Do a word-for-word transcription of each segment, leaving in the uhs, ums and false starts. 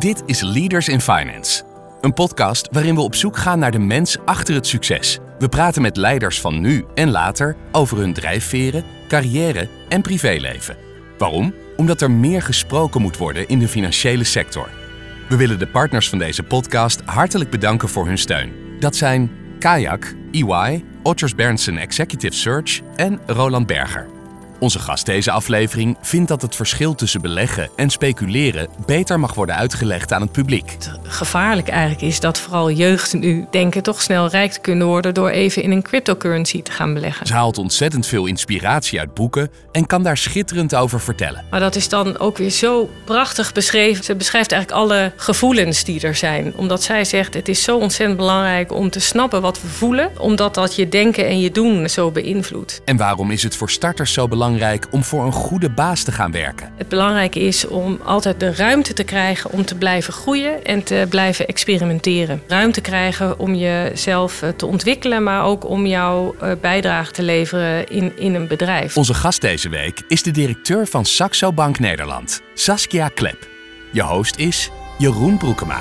Dit is Leaders in Finance. Een podcast waarin we op zoek gaan naar de mens achter het succes. We praten met leiders van nu en later over hun drijfveren, carrière en privéleven. Waarom? Omdat er meer gesproken moet worden in de financiële sector. We willen de partners van deze podcast hartelijk bedanken voor hun steun. Dat zijn Kayak, E Y, Otters Berndsen Executive Search en Roland Berger. Onze gast deze aflevering vindt dat het verschil tussen beleggen en speculeren beter mag worden uitgelegd aan het publiek. Het gevaarlijk eigenlijk is dat vooral jeugd nu denken toch snel rijk te kunnen worden door even in een cryptocurrency te gaan beleggen. Ze haalt ontzettend veel inspiratie uit boeken en kan daar schitterend over vertellen. Maar dat is dan ook weer zo prachtig beschreven. Ze beschrijft eigenlijk alle gevoelens die er zijn. Omdat zij zegt, het is zo ontzettend belangrijk om te snappen wat we voelen. Omdat dat je denken en je doen zo beïnvloedt. En waarom is het voor starters zo belangrijk om voor een goede baas te gaan werken? Het belangrijke is om altijd de ruimte te krijgen om te blijven groeien en te blijven experimenteren. Ruimte krijgen om jezelf te ontwikkelen, maar ook om jouw bijdrage te leveren in, in een bedrijf. Onze gast deze week is de directeur van Saxo Bank Nederland, Saskia Klep. Je host is Jeroen Broekema.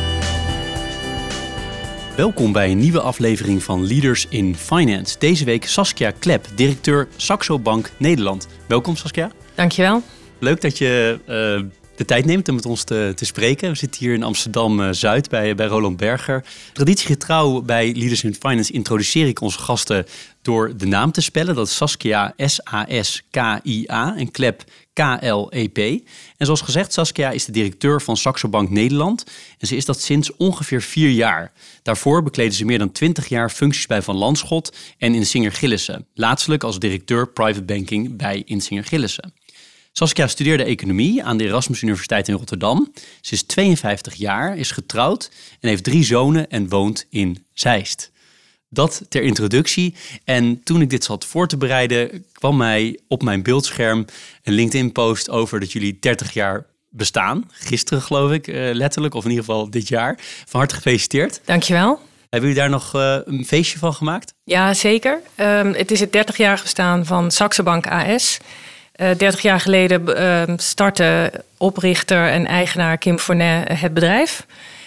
Welkom bij een nieuwe aflevering van Leaders in Finance. Deze week Saskia Klep, directeur Saxo Bank Nederland. Welkom Saskia. Dankjewel. Leuk dat je uh, de tijd neemt om met ons te, te spreken. We zitten hier in Amsterdam-Zuid uh, bij, bij Roland Berger. Traditiegetrouw bij Leaders in Finance introduceer ik onze gasten door de naam te spellen. Dat is Saskia, S A S K I A en Klep, K L E P. En zoals gezegd, Saskia is de directeur van Saxo Bank Nederland. En ze is dat sinds ongeveer vier jaar. Daarvoor bekleedde ze meer dan twintig jaar functies bij Van Lanschot en Insinger Gillissen. Laatstelijk als directeur private banking bij Insinger Gillissen. Saskia studeerde economie aan de Erasmus Universiteit in Rotterdam. Ze is tweeënvijftig jaar, is getrouwd en heeft drie zonen en woont in Zeist. Dat ter introductie. En toen ik dit zat voor te bereiden, kwam mij op mijn beeldscherm een LinkedIn-post over dat jullie dertig jaar bestaan. Gisteren geloof ik, uh, letterlijk, of in ieder geval dit jaar. Van harte gefeliciteerd. Dankjewel. Hebben jullie daar nog uh, een feestje van gemaakt? Ja, zeker. Um, het is het dertig-jarig bestaan van Saxo Bank A S. Uh, dertig jaar geleden uh, startte oprichter en eigenaar Kim Fournet het bedrijf.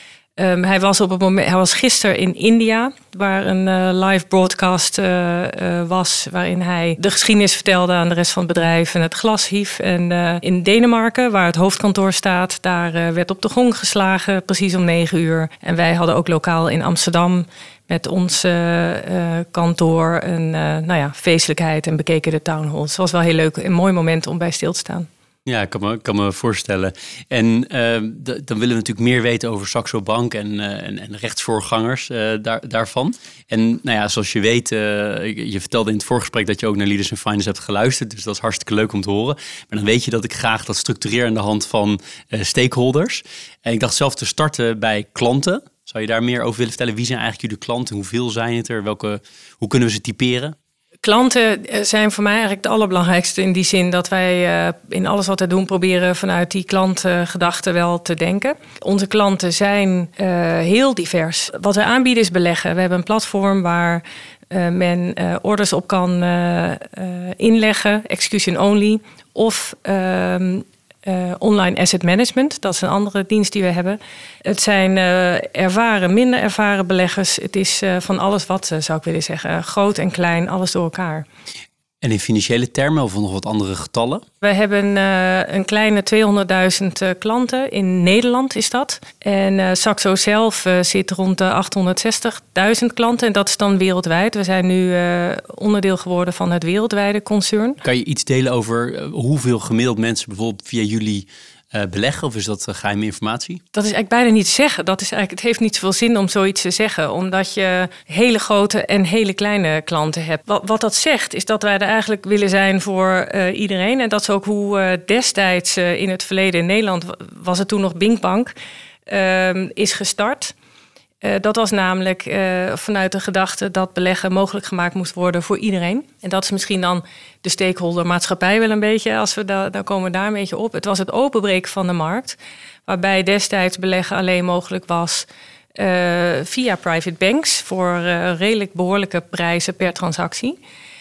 Um, hij was op het moment, hij was gisteren in India, waar een uh, live broadcast uh, uh, was, waarin hij de geschiedenis vertelde aan de rest van het bedrijf en het glas hief. En uh, in Denemarken, waar het hoofdkantoor staat, daar uh, werd op de gong geslagen, precies om negen uur. En wij hadden ook lokaal in Amsterdam met ons uh, uh, kantoor een uh, nou ja, feestelijkheid en bekeken de town hall. Het was wel heel leuk, een mooi moment om bij stil te staan. Ja, ik kan me, kan me voorstellen. En uh, d- dan willen we natuurlijk meer weten over Saxo Bank en, uh, en, en rechtsvoorgangers uh, daar, daarvan. En nou ja, zoals je weet, uh, je vertelde in het voorgesprek dat je ook naar Leaders in Finance hebt geluisterd. Dus dat is hartstikke leuk om te horen. Maar dan weet je dat ik graag dat structureer aan de hand van uh, stakeholders. En ik dacht zelf te starten bij klanten. Zou je daar meer over willen vertellen? Wie zijn eigenlijk jullie klanten? Hoeveel zijn het er? Welke, hoe kunnen we ze typeren? Klanten zijn voor mij eigenlijk het allerbelangrijkste in die zin dat wij uh, in alles wat we doen proberen vanuit die klantgedachte wel te denken. Onze klanten zijn uh, heel divers. Wat wij aanbieden is beleggen. We hebben een platform waar uh, men uh, orders op kan uh, uh, inleggen, execution only, of Uh, Uh, online asset management, dat is een andere dienst die we hebben. Het zijn uh, ervaren, minder ervaren beleggers. Het is uh, van alles wat, uh, zou ik willen zeggen. Groot en klein, alles door elkaar. En in financiële termen of nog wat andere getallen? We hebben uh, een kleine tweehonderdduizend uh, klanten. In Nederland is dat. En uh, Saxo zelf uh, zit rond de achthonderdzestigduizend klanten. En dat is dan wereldwijd. We zijn nu uh, onderdeel geworden van het wereldwijde concern. Kan je iets delen over uh, hoeveel gemiddeld mensen bijvoorbeeld via jullie Uh, beleggen? Of is dat uh, geheime informatie? Dat is eigenlijk bijna niet te zeggen. Dat is eigenlijk, het heeft niet zoveel zin om zoiets te zeggen. Omdat je hele grote en hele kleine klanten hebt. Wat, wat dat zegt is dat wij er eigenlijk willen zijn voor uh, iedereen. En dat is ook hoe uh, destijds uh, in het verleden in Nederland, was het toen nog Binkbank, uh, is gestart. Uh, dat was namelijk uh, vanuit de gedachte dat beleggen mogelijk gemaakt moest worden voor iedereen. En dat is misschien dan de stakeholder maatschappij wel een beetje, als we da- dan komen we daar een beetje op. Het was het openbreken van de markt, waarbij destijds beleggen alleen mogelijk was uh, via private banks voor uh, redelijk behoorlijke prijzen per transactie.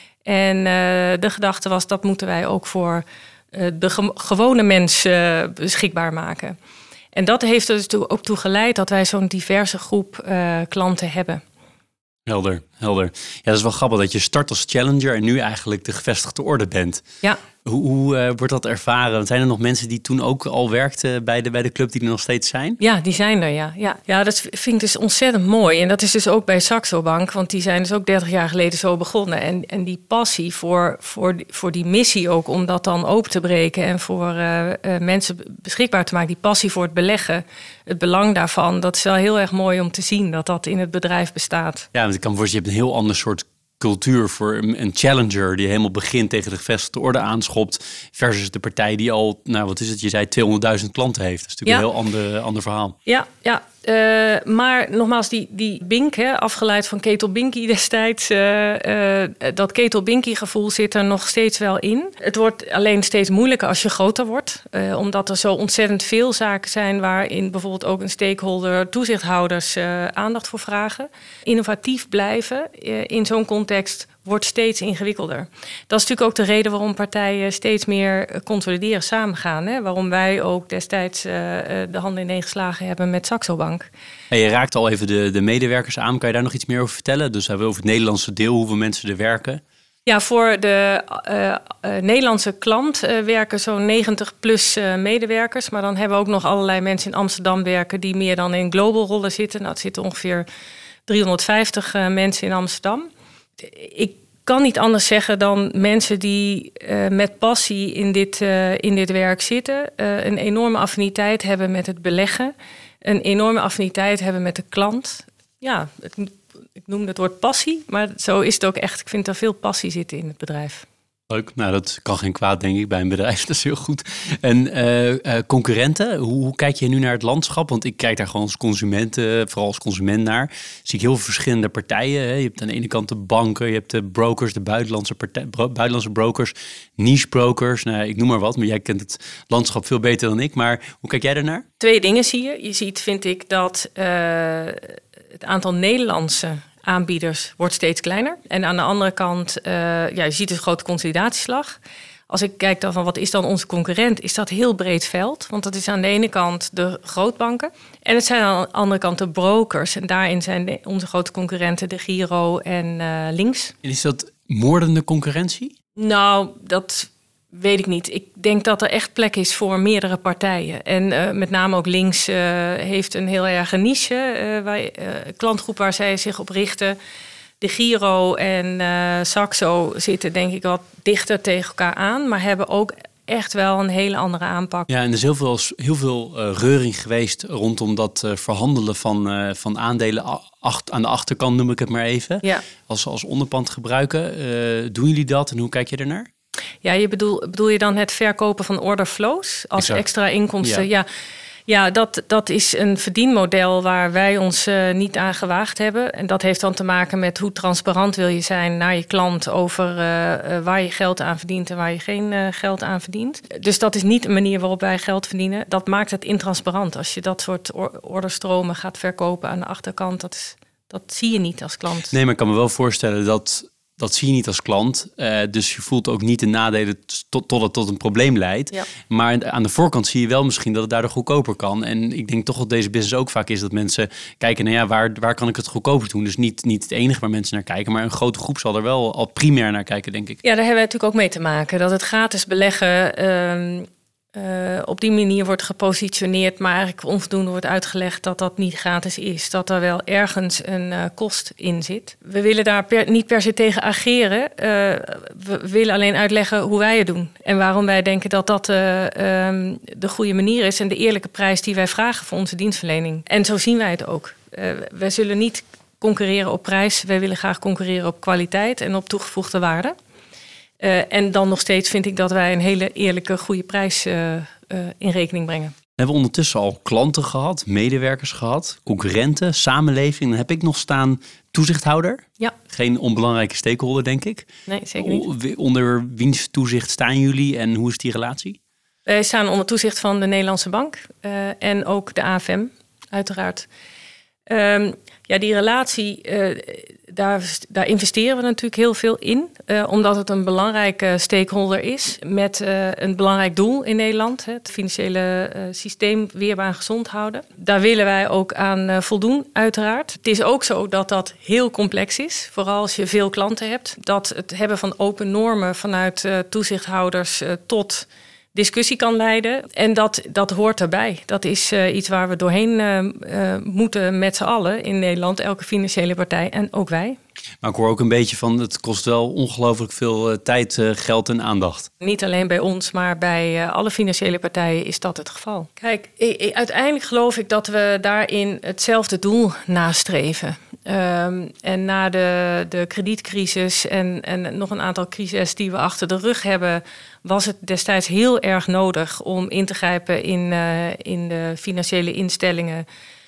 En uh, de gedachte was, dat moeten wij ook voor uh, de ge- gewone mens uh, beschikbaar maken. En dat heeft er dus toe, ook toe geleid dat wij zo'n diverse groep uh, klanten hebben. Helder, helder. Ja, dat is wel grappig dat je start als challenger en nu eigenlijk de gevestigde orde bent. Ja. Hoe, hoe uh, wordt dat ervaren? Zijn er nog mensen die toen ook al werkten bij de, bij de club die er nog steeds zijn? Ja, die zijn er, ja. ja. Ja, dat vind ik dus ontzettend mooi. En dat is dus ook bij Saxo Bank, want die zijn dus ook dertig jaar geleden zo begonnen. En, en die passie voor, voor, die, voor die missie ook, om dat dan open te breken en voor uh, uh, mensen beschikbaar te maken. Die passie voor het beleggen, het belang daarvan, dat is wel heel erg mooi om te zien dat dat in het bedrijf bestaat. Ja, want ik kan me voorstellen, je hebt een heel ander soort cultuur voor een challenger die helemaal begint tegen de gevestigde orde aanschopt, versus de partij die al, nou wat is het, je zei tweehonderdduizend klanten heeft. Dat is natuurlijk ja. een heel ander, ander verhaal. Ja, ja. Uh, maar nogmaals, die, die Bink, hè, afgeleid van Ketel Binky destijds, uh, uh, dat Ketel Binky gevoel zit er nog steeds wel in. Het wordt alleen steeds moeilijker als je groter wordt, uh, omdat er zo ontzettend veel zaken zijn waarin bijvoorbeeld ook een stakeholder, toezichthouders uh, aandacht voor vragen. Innovatief blijven uh, in zo'n context wordt steeds ingewikkelder. Dat is natuurlijk ook de reden waarom partijen steeds meer consolideren, samengaan. Hè? Waarom wij ook destijds uh, de handen ineengeslagen hebben met Saxo Bank. En je raakt al even de, de medewerkers aan. Kan je daar nog iets meer over vertellen? Dus hebben we over het Nederlandse deel, hoeveel mensen er werken? Ja, voor de uh, uh, Nederlandse klant uh, werken zo'n negentig plus uh, medewerkers. Maar dan hebben we ook nog allerlei mensen in Amsterdam werken die meer dan in global rollen zitten. Nou, het zitten ongeveer driehonderdvijftig uh, mensen in Amsterdam. Ik kan niet anders zeggen dan mensen die uh, met passie in dit, uh, in dit werk zitten, uh, een enorme affiniteit hebben met het beleggen, een enorme affiniteit hebben met de klant. Ja, het, ik noemde het woord passie, maar zo is het ook echt. Ik vind er veel passie zitten in het bedrijf. Leuk, nou dat kan geen kwaad denk ik bij een bedrijf, dat is heel goed. En uh, uh, concurrenten, hoe, hoe kijk je nu naar het landschap? Want ik kijk daar gewoon als consument, uh, vooral als consument naar. Zie ik heel veel verschillende partijen. Hè? Je hebt aan de ene kant de banken, je hebt de brokers, de buitenlandse, partij, bro- buitenlandse brokers, niche brokers. Nou, ik noem maar wat, maar jij kent het landschap veel beter dan ik. Maar hoe kijk jij daarnaar? Twee dingen zie je. Je ziet, vind ik, dat uh, het aantal Nederlandse aanbieders wordt steeds kleiner. En aan de andere kant, uh, ja, je ziet dus een grote consolidatieslag. Als ik kijk dan van wat is dan onze concurrent, is dat heel breed veld. Want dat is aan de ene kant de grootbanken. En het zijn aan de andere kant de brokers. En daarin zijn de, onze grote concurrenten de Giro en uh, Links. En is dat moordende concurrentie? Nou, dat weet ik niet. Ik denk dat er echt plek is voor meerdere partijen. En uh, met name ook Links uh, heeft een heel erg een niche. Uh, wij, uh, klantgroep waar zij zich op richten. De Giro en uh, Saxo zitten denk ik wat dichter tegen elkaar aan. Maar hebben ook echt wel een hele andere aanpak. Ja, en er is heel veel, heel veel uh, reuring geweest rondom dat uh, verhandelen van, uh, van aandelen acht, aan de achterkant, noem ik het maar even. Ja. Als, als onderpand gebruiken. Uh, doen jullie dat en hoe kijk je ernaar? Ja, je bedoel, bedoel je dan het verkopen van order flows als exact. Extra inkomsten? Ja, ja, ja dat, dat is een verdienmodel waar wij ons uh, niet aan gewaagd hebben. En dat heeft dan te maken met hoe transparant wil je zijn naar je klant over uh, uh, waar je geld aan verdient en waar je geen uh, geld aan verdient. Dus dat is niet een manier waarop wij geld verdienen. Dat maakt het intransparant. Als je dat soort or- orderstromen gaat verkopen aan de achterkant, dat, is, dat zie je niet als klant. Nee, maar ik kan me wel voorstellen dat Dat zie je niet als klant. Uh, dus je voelt ook niet de nadelen tot, tot het tot een probleem leidt. Ja. Maar aan de voorkant zie je wel misschien dat het daardoor goedkoper kan. En ik denk toch dat deze business ook vaak is dat mensen kijken naar ja, waar, waar kan ik het goedkoper doen? Dus niet, niet het enige waar mensen naar kijken. Maar een grote groep zal er wel al primair naar kijken, denk ik. Ja, daar hebben we natuurlijk ook mee te maken. Dat het gratis beleggen Um... Uh, op die manier wordt gepositioneerd, maar eigenlijk onvoldoende wordt uitgelegd dat dat niet gratis is. Dat er wel ergens een uh, kost in zit. We willen daar per, niet per se tegen ageren. Uh, we willen alleen uitleggen hoe wij het doen. En waarom wij denken dat dat uh, um, de goede manier is en de eerlijke prijs die wij vragen voor onze dienstverlening. En zo zien wij het ook. Uh, wij zullen niet concurreren op prijs. Wij willen graag concurreren op kwaliteit en op toegevoegde waarde. Uh, en dan nog steeds vind ik dat wij een hele eerlijke, goede prijs uh, uh, in rekening brengen. We hebben ondertussen al klanten gehad, medewerkers gehad, concurrenten, samenleving. Dan heb ik nog staan toezichthouder. Ja. Geen onbelangrijke stakeholder, denk ik. Nee, zeker niet. Onder wiens toezicht staan jullie en hoe is die relatie? Wij staan onder toezicht van de Nederlandse Bank uh, en ook de A F M, uiteraard. Um, ja, die relatie, uh, daar, daar investeren we natuurlijk heel veel in. Uh, omdat het een belangrijke stakeholder is. Met uh, een belangrijk doel in Nederland. Het financiële uh, systeem weerbaar en gezond houden. Daar willen wij ook aan uh, voldoen, uiteraard. Het is ook zo dat dat heel complex is. Vooral als je veel klanten hebt. Dat het hebben van open normen vanuit uh, toezichthouders uh, tot discussie kan leiden. En dat, dat hoort erbij. Dat is uh, iets waar we doorheen uh, uh, moeten met z'n allen in Nederland. Elke financiële partij en ook wij. Maar ik hoor ook een beetje van, het kost wel ongelooflijk veel uh, tijd, uh, geld en aandacht. Niet alleen bij ons, maar bij uh, alle financiële partijen is dat het geval. Kijk, ik, ik, uiteindelijk geloof ik dat we daarin hetzelfde doel nastreven. Um, en na de, de kredietcrisis en, en nog een aantal crises die we achter de rug hebben, was het destijds heel erg nodig om in te grijpen in, uh, in de financiële instellingen.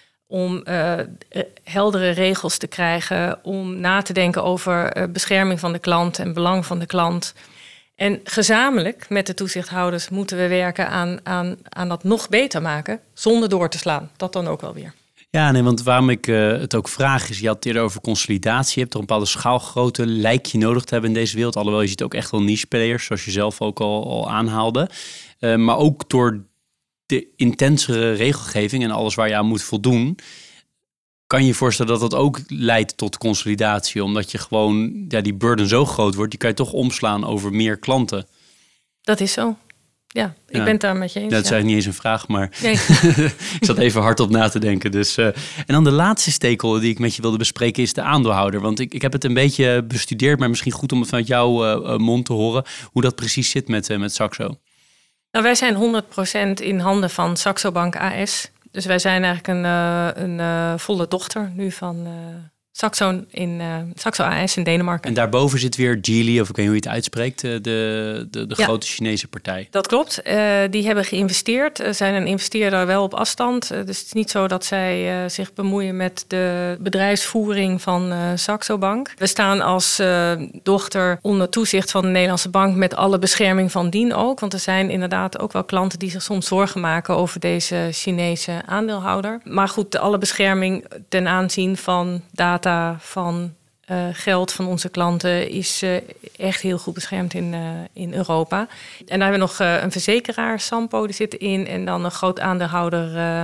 Om uh, heldere regels te krijgen, om na te denken over uh, bescherming van de klant en belang van de klant. En gezamenlijk met de toezichthouders moeten we werken aan, aan, aan dat nog beter maken, zonder door te slaan. Dat dan ook wel weer. Ja, nee, want waarom ik uh, het ook vraag is, je had het eerder over consolidatie. Je hebt toch een bepaalde schaalgrootte lijkt je nodig te hebben in deze wereld. Alhoewel, je ziet ook echt wel niche players, zoals je zelf ook al, al aanhaalde. Uh, maar ook door de intensere regelgeving en alles waar je aan moet voldoen, kan je je voorstellen dat dat ook leidt tot consolidatie. Omdat je gewoon, ja, die burden zo groot wordt, die kan je toch omslaan over meer klanten. Dat is zo. Ja, ik ja. ben het daar met je eens. Dat is ja. eigenlijk niet eens een vraag, maar nee. ik zat even hard op na te denken. Dus, uh, en dan de laatste stakeholder die ik met je wilde bespreken is de aandeelhouder. Want ik, ik heb het een beetje bestudeerd, maar misschien goed om het vanuit jouw uh, mond te horen hoe dat precies zit met, uh, met Saxo. Nou, wij zijn honderd procent in handen van Saxo Bank A S. Dus wij zijn eigenlijk een, uh, een uh, volle dochter nu van uh, Saxo, in, uh, Saxo A S in Denemarken. En daarboven zit weer Geely, of ik weet niet hoe je het uitspreekt, de, de, de ja, grote Chinese partij. Dat klopt. Uh, die hebben geïnvesteerd. Uh, zijn een investeerder wel op afstand. Uh, dus het is niet zo dat zij uh, zich bemoeien met de bedrijfsvoering van uh, Saxo Bank. We staan als uh, dochter onder toezicht van de Nederlandse bank met alle bescherming van dien ook. Want er zijn inderdaad ook wel klanten die zich soms zorgen maken over deze Chinese aandeelhouder. Maar goed, alle bescherming ten aanzien van data, van Uh, geld van onze klanten is uh, echt heel goed beschermd in, uh, in Europa. En daar hebben we nog uh, een verzekeraar, Sampo, die zit erin. En dan een groot aandeelhouder, uh,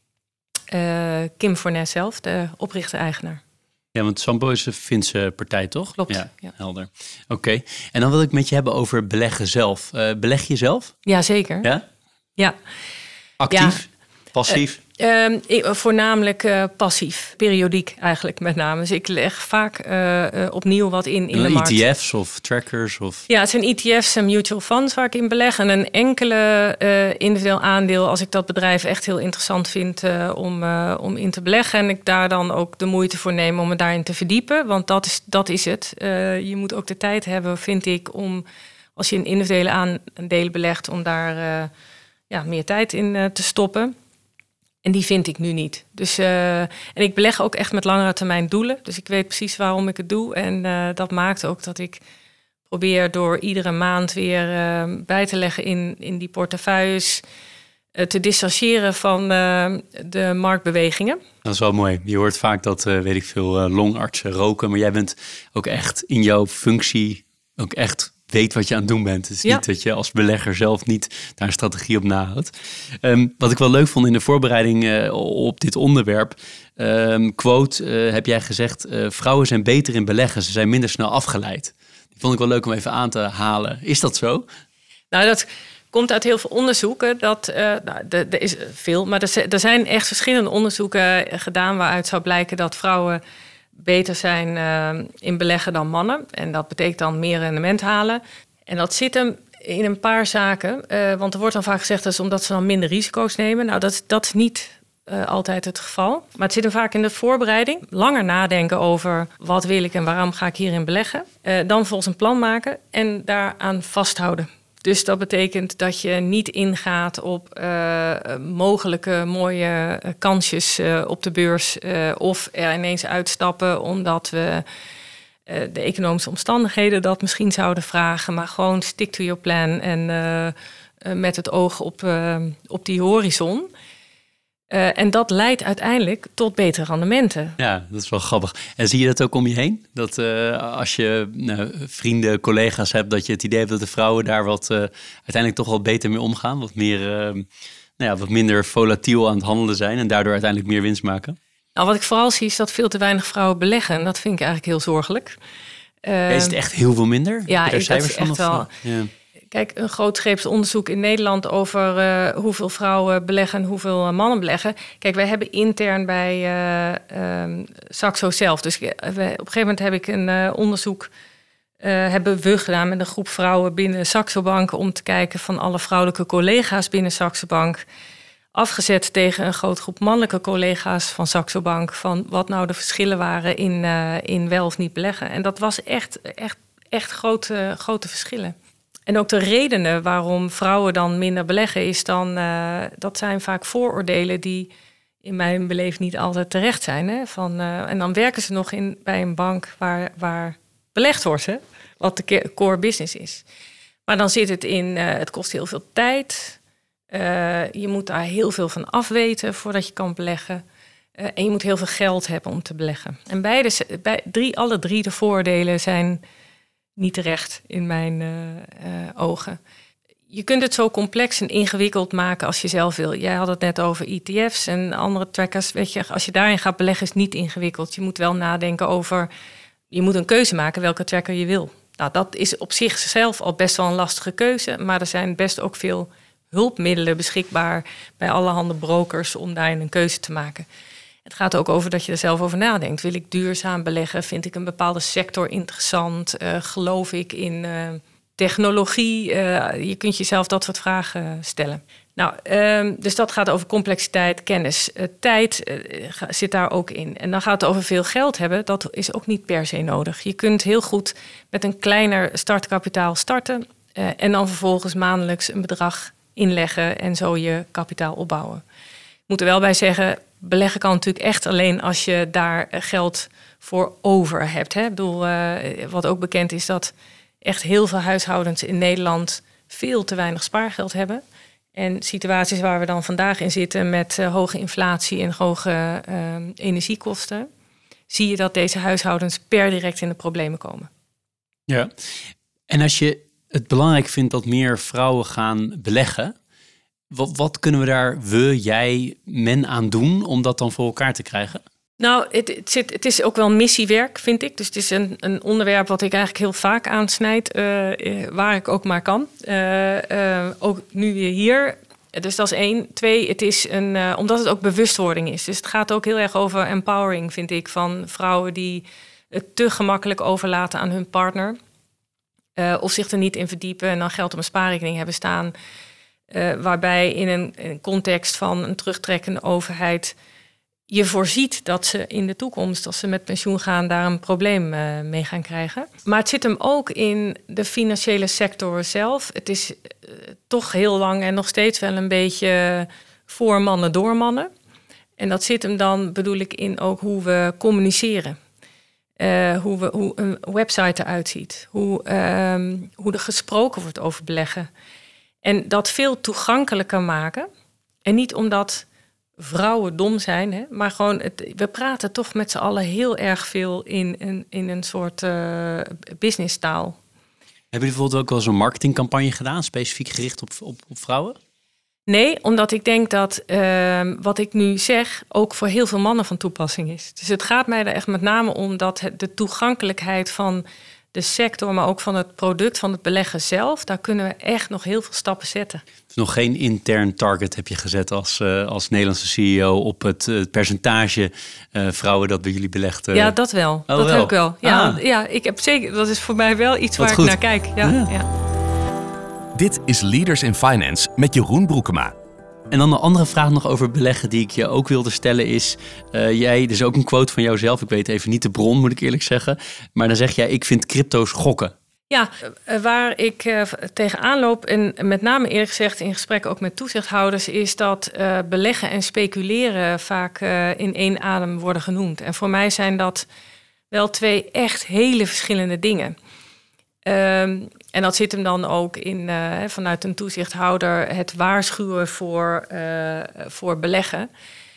uh, Kim Fornes zelf, de oprichter-eigenaar. Ja, want Sampo is een Finse partij, toch? Klopt. Ja, ja. Helder. Oké. Okay. En dan wil ik met je hebben over beleggen zelf. Uh, beleg je zelf? Ja, zeker. Ja? Ja. Actief? Ja. Passief? Uh, Um, ik, voornamelijk uh, passief, periodiek eigenlijk met name. Dus ik leg vaak uh, uh, opnieuw wat in, in de markt. E T F's of trackers? Of? Ja, het zijn E T F's en mutual funds waar ik in beleg. En een enkele uh, individueel aandeel als ik dat bedrijf echt heel interessant vind uh, om, uh, om in te beleggen. En ik daar dan ook de moeite voor neem om me daarin te verdiepen. Want dat is, dat is het. Uh, je moet ook de tijd hebben, vind ik, om als je een individuele aandelen belegt, om daar uh, ja, meer tijd in uh, te stoppen. En die vind ik nu niet. Dus, uh, en ik beleg ook echt met langere termijn doelen. Dus ik weet precies waarom ik het doe. En uh, dat maakt ook dat ik probeer door iedere maand weer uh, bij te leggen in, in die portefeuilles. Uh, te distancieren van uh, de marktbewegingen. Dat is wel mooi. Je hoort vaak dat, uh, weet ik veel, uh, longartsen roken. Maar jij bent ook echt in jouw functie ook echt weet wat je aan het doen bent. Het is ja. niet dat je als belegger zelf niet daar een strategie op nahoudt. Um, wat ik wel leuk vond in de voorbereiding uh, op dit onderwerp. Um, quote, uh, heb jij gezegd, uh, vrouwen zijn beter in beleggen. Ze zijn minder snel afgeleid. Die vond ik wel leuk om even aan te halen. Is dat zo? Nou, dat komt uit heel veel onderzoeken. Dat, uh, nou, er is veel, maar er, er zijn echt verschillende onderzoeken gedaan waaruit zou blijken dat vrouwen beter zijn uh, in beleggen dan mannen. En dat betekent dan meer rendement halen. En dat zit hem in een paar zaken. Uh, want er wordt dan vaak gezegd dat is omdat ze dan minder risico's nemen. Nou, dat, dat is niet uh, altijd het geval. Maar het zit hem vaak in de voorbereiding. Langer nadenken over wat wil ik en waarom ga ik hierin beleggen. Uh, dan vervolgens een plan maken en daaraan vasthouden. Dus dat betekent dat je niet ingaat op uh, mogelijke mooie kansjes uh, op de beurs. Uh, of er ineens uitstappen omdat we uh, de economische omstandigheden dat misschien zouden vragen. Maar gewoon stick to your plan en uh, uh, met het oog op, uh, op die horizon. Uh, en dat leidt uiteindelijk tot betere rendementen. Ja, dat is wel grappig. En zie je dat ook om je heen? Dat uh, als je nou, vrienden, collega's hebt, dat je het idee hebt dat de vrouwen daar wat uh, uiteindelijk toch wel beter mee omgaan? Wat, meer, uh, nou ja, wat minder volatiel aan het handelen zijn en daardoor uiteindelijk meer winst maken? Nou, wat ik vooral zie is dat veel te weinig vrouwen beleggen. En dat vind ik eigenlijk heel zorgelijk. Uh, ja, is het echt heel veel minder? Ja, ik, dat is echt wel... Ja. Kijk, een grootscheeps onderzoek in Nederland over uh, hoeveel vrouwen beleggen en hoeveel mannen beleggen. Kijk, wij hebben intern bij uh, um, Saxo zelf. Dus we, op een gegeven moment heb ik een uh, onderzoek uh, hebben we gedaan met een groep vrouwen binnen Saxo Bank om te kijken van alle vrouwelijke collega's binnen Saxo Bank. Afgezet tegen een grote groep mannelijke collega's van Saxo Bank van wat nou de verschillen waren in, uh, in wel of niet beleggen. En dat was echt, echt, echt grote, grote verschillen. En ook de redenen waarom vrouwen dan minder beleggen is dan... Uh, dat zijn vaak vooroordelen die in mijn beleving niet altijd terecht zijn. Hè? Van, uh, en dan werken ze nog in, bij een bank waar, waar belegd wordt, hè? Wat de core business is. Maar dan zit het in, uh, het kost heel veel tijd. Uh, je moet daar heel veel van afweten voordat je kan beleggen. Uh, en je moet heel veel geld hebben om te beleggen. En beide, bij, drie, alle drie de vooroordelen zijn... niet terecht in mijn uh, uh, ogen. Je kunt het zo complex en ingewikkeld maken als je zelf wil. Jij had het net over E T F's en andere trackers. Weet je, als je daarin gaat beleggen is het niet ingewikkeld. Je moet wel nadenken over... je moet een keuze maken welke tracker je wil. Nou, dat is op zichzelf al best wel een lastige keuze. Maar er zijn best ook veel hulpmiddelen beschikbaar... bij allerhande brokers om daarin een keuze te maken. Het gaat ook over dat je er zelf over nadenkt. Wil ik duurzaam beleggen? Vind ik een bepaalde sector interessant? Uh, geloof ik in uh, technologie? Uh, je kunt jezelf dat soort vragen stellen. Nou, uh, dus dat gaat over complexiteit, kennis. Uh, tijd uh, zit daar ook in. En dan gaat het over veel geld hebben. Dat is ook niet per se nodig. Je kunt heel goed met een kleiner startkapitaal starten... Uh, en dan vervolgens maandelijks een bedrag inleggen... en zo je kapitaal opbouwen. Ik moet er wel bij zeggen... beleggen kan natuurlijk echt alleen als je daar geld voor over hebt. Hè? Ik bedoel, uh, wat ook bekend is dat echt heel veel huishoudens in Nederland veel te weinig spaargeld hebben. En situaties waar we dan vandaag in zitten met uh, hoge inflatie en hoge uh, energiekosten, zie je dat deze huishoudens per direct in de problemen komen. Ja, en als je het belangrijk vindt dat meer vrouwen gaan beleggen, Wat, wat kunnen we daar, we, jij, men aan doen om dat dan voor elkaar te krijgen? Nou, het, het, zit, het is ook wel missiewerk, vind ik. Dus het is een, een onderwerp wat ik eigenlijk heel vaak aansnijd, uh, waar ik ook maar kan. Uh, uh, ook nu weer hier. Dus dat is één. Twee, het is een, uh, omdat het ook bewustwording is. Dus het gaat ook heel erg over empowering, vind ik, van vrouwen die het te gemakkelijk overlaten aan hun partner. Uh, of zich er niet in verdiepen en dan geld op een spaarrekening hebben staan. Uh, waarbij in een, in een context van een terugtrekkende overheid je voorziet dat ze in de toekomst, als ze met pensioen gaan, daar een probleem uh, mee gaan krijgen. Maar het zit hem ook in de financiële sector zelf. Het is uh, toch heel lang en nog steeds wel een beetje voor mannen, door mannen. En dat zit hem dan, bedoel ik, in ook hoe we communiceren. Uh, hoe, we, hoe een website eruit ziet. Hoe, uh, hoe er gesproken wordt over beleggen. En dat veel toegankelijker maken. En niet omdat vrouwen dom zijn, hè, maar gewoon, het, we praten toch met z'n allen heel erg veel in, in, in een soort uh, businesstaal. Hebben jullie bijvoorbeeld ook wel zo'n marketingcampagne gedaan, specifiek gericht op, op, op vrouwen? Nee, omdat ik denk dat uh, wat ik nu zeg ook voor heel veel mannen van toepassing is. Dus het gaat mij er echt met name om dat het, de toegankelijkheid van de sector, maar ook van het product, van het beleggen zelf, daar kunnen we echt nog heel veel stappen zetten. Dus nog geen intern target heb je gezet als, uh, als Nederlandse C E O op het uh, percentage uh, vrouwen dat bij jullie belegt? Uh... Ja, dat wel. Oh, dat wel. heb ik wel. Ja, ah. ja, ik heb zeker. Dat is voor mij wel iets Wat waar goed. ik naar kijk. Ja, Ja. ja. Dit is Leaders in Finance met Jeroen Broekema. En dan een andere vraag nog over beleggen die ik je ook wilde stellen is, uh, jij, dus ook een quote van jouzelf, ik weet even niet de bron, moet ik eerlijk zeggen, maar dan zeg jij, ik vind crypto's gokken. Ja, waar ik uh, tegenaan loop, en met name eerlijk gezegd in gesprekken ook met toezichthouders, is dat uh, beleggen en speculeren vaak uh, in één adem worden genoemd. En voor mij zijn dat wel twee echt hele verschillende dingen. Um, en dat zit hem dan ook in, uh, vanuit een toezichthouder, het waarschuwen voor, uh, voor beleggen.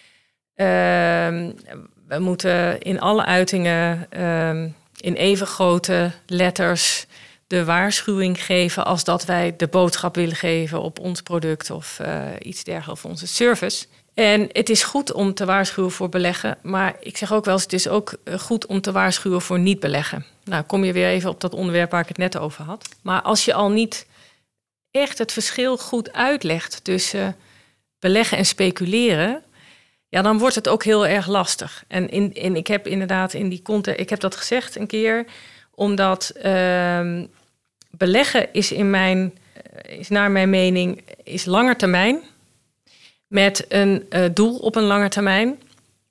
we moeten in alle uitingen uh, in even grote letters de waarschuwing geven als dat wij de boodschap willen geven op ons product of uh, iets dergelijks of onze service. En het is goed om te waarschuwen voor beleggen, maar ik zeg ook wel eens, het is ook goed om te waarschuwen voor niet beleggen. Nou, kom je weer even op dat onderwerp waar ik het net over had. Maar als je al niet echt het verschil goed uitlegt tussen beleggen en speculeren, ja, dan wordt het ook heel erg lastig. En, in, in, ik heb inderdaad in die context, ik heb dat gezegd een keer, omdat uh, beleggen is in mijn, is naar mijn mening, is langer termijn, met een uh, doel op een lange termijn, uh,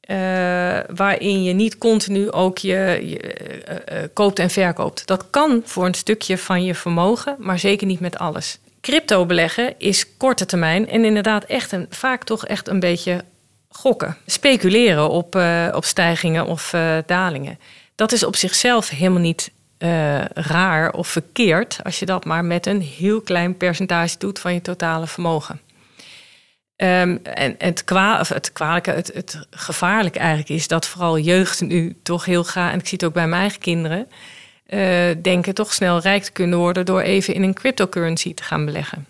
waarin je niet continu ook je, je uh, uh, koopt en verkoopt. Dat kan voor een stukje van je vermogen, maar zeker niet met alles. Crypto beleggen is korte termijn en inderdaad echt een, vaak toch echt een beetje gokken. Speculeren op, uh, op stijgingen of uh, dalingen. Dat is op zichzelf helemaal niet uh, raar of verkeerd als je dat maar met een heel klein percentage doet van je totale vermogen. Um, en het, kwa- of het kwalijke, het, het gevaarlijke eigenlijk is dat vooral jeugd nu toch heel graag, en ik zie het ook bij mijn eigen kinderen, uh, denken toch snel rijk te kunnen worden door even in een cryptocurrency te gaan beleggen.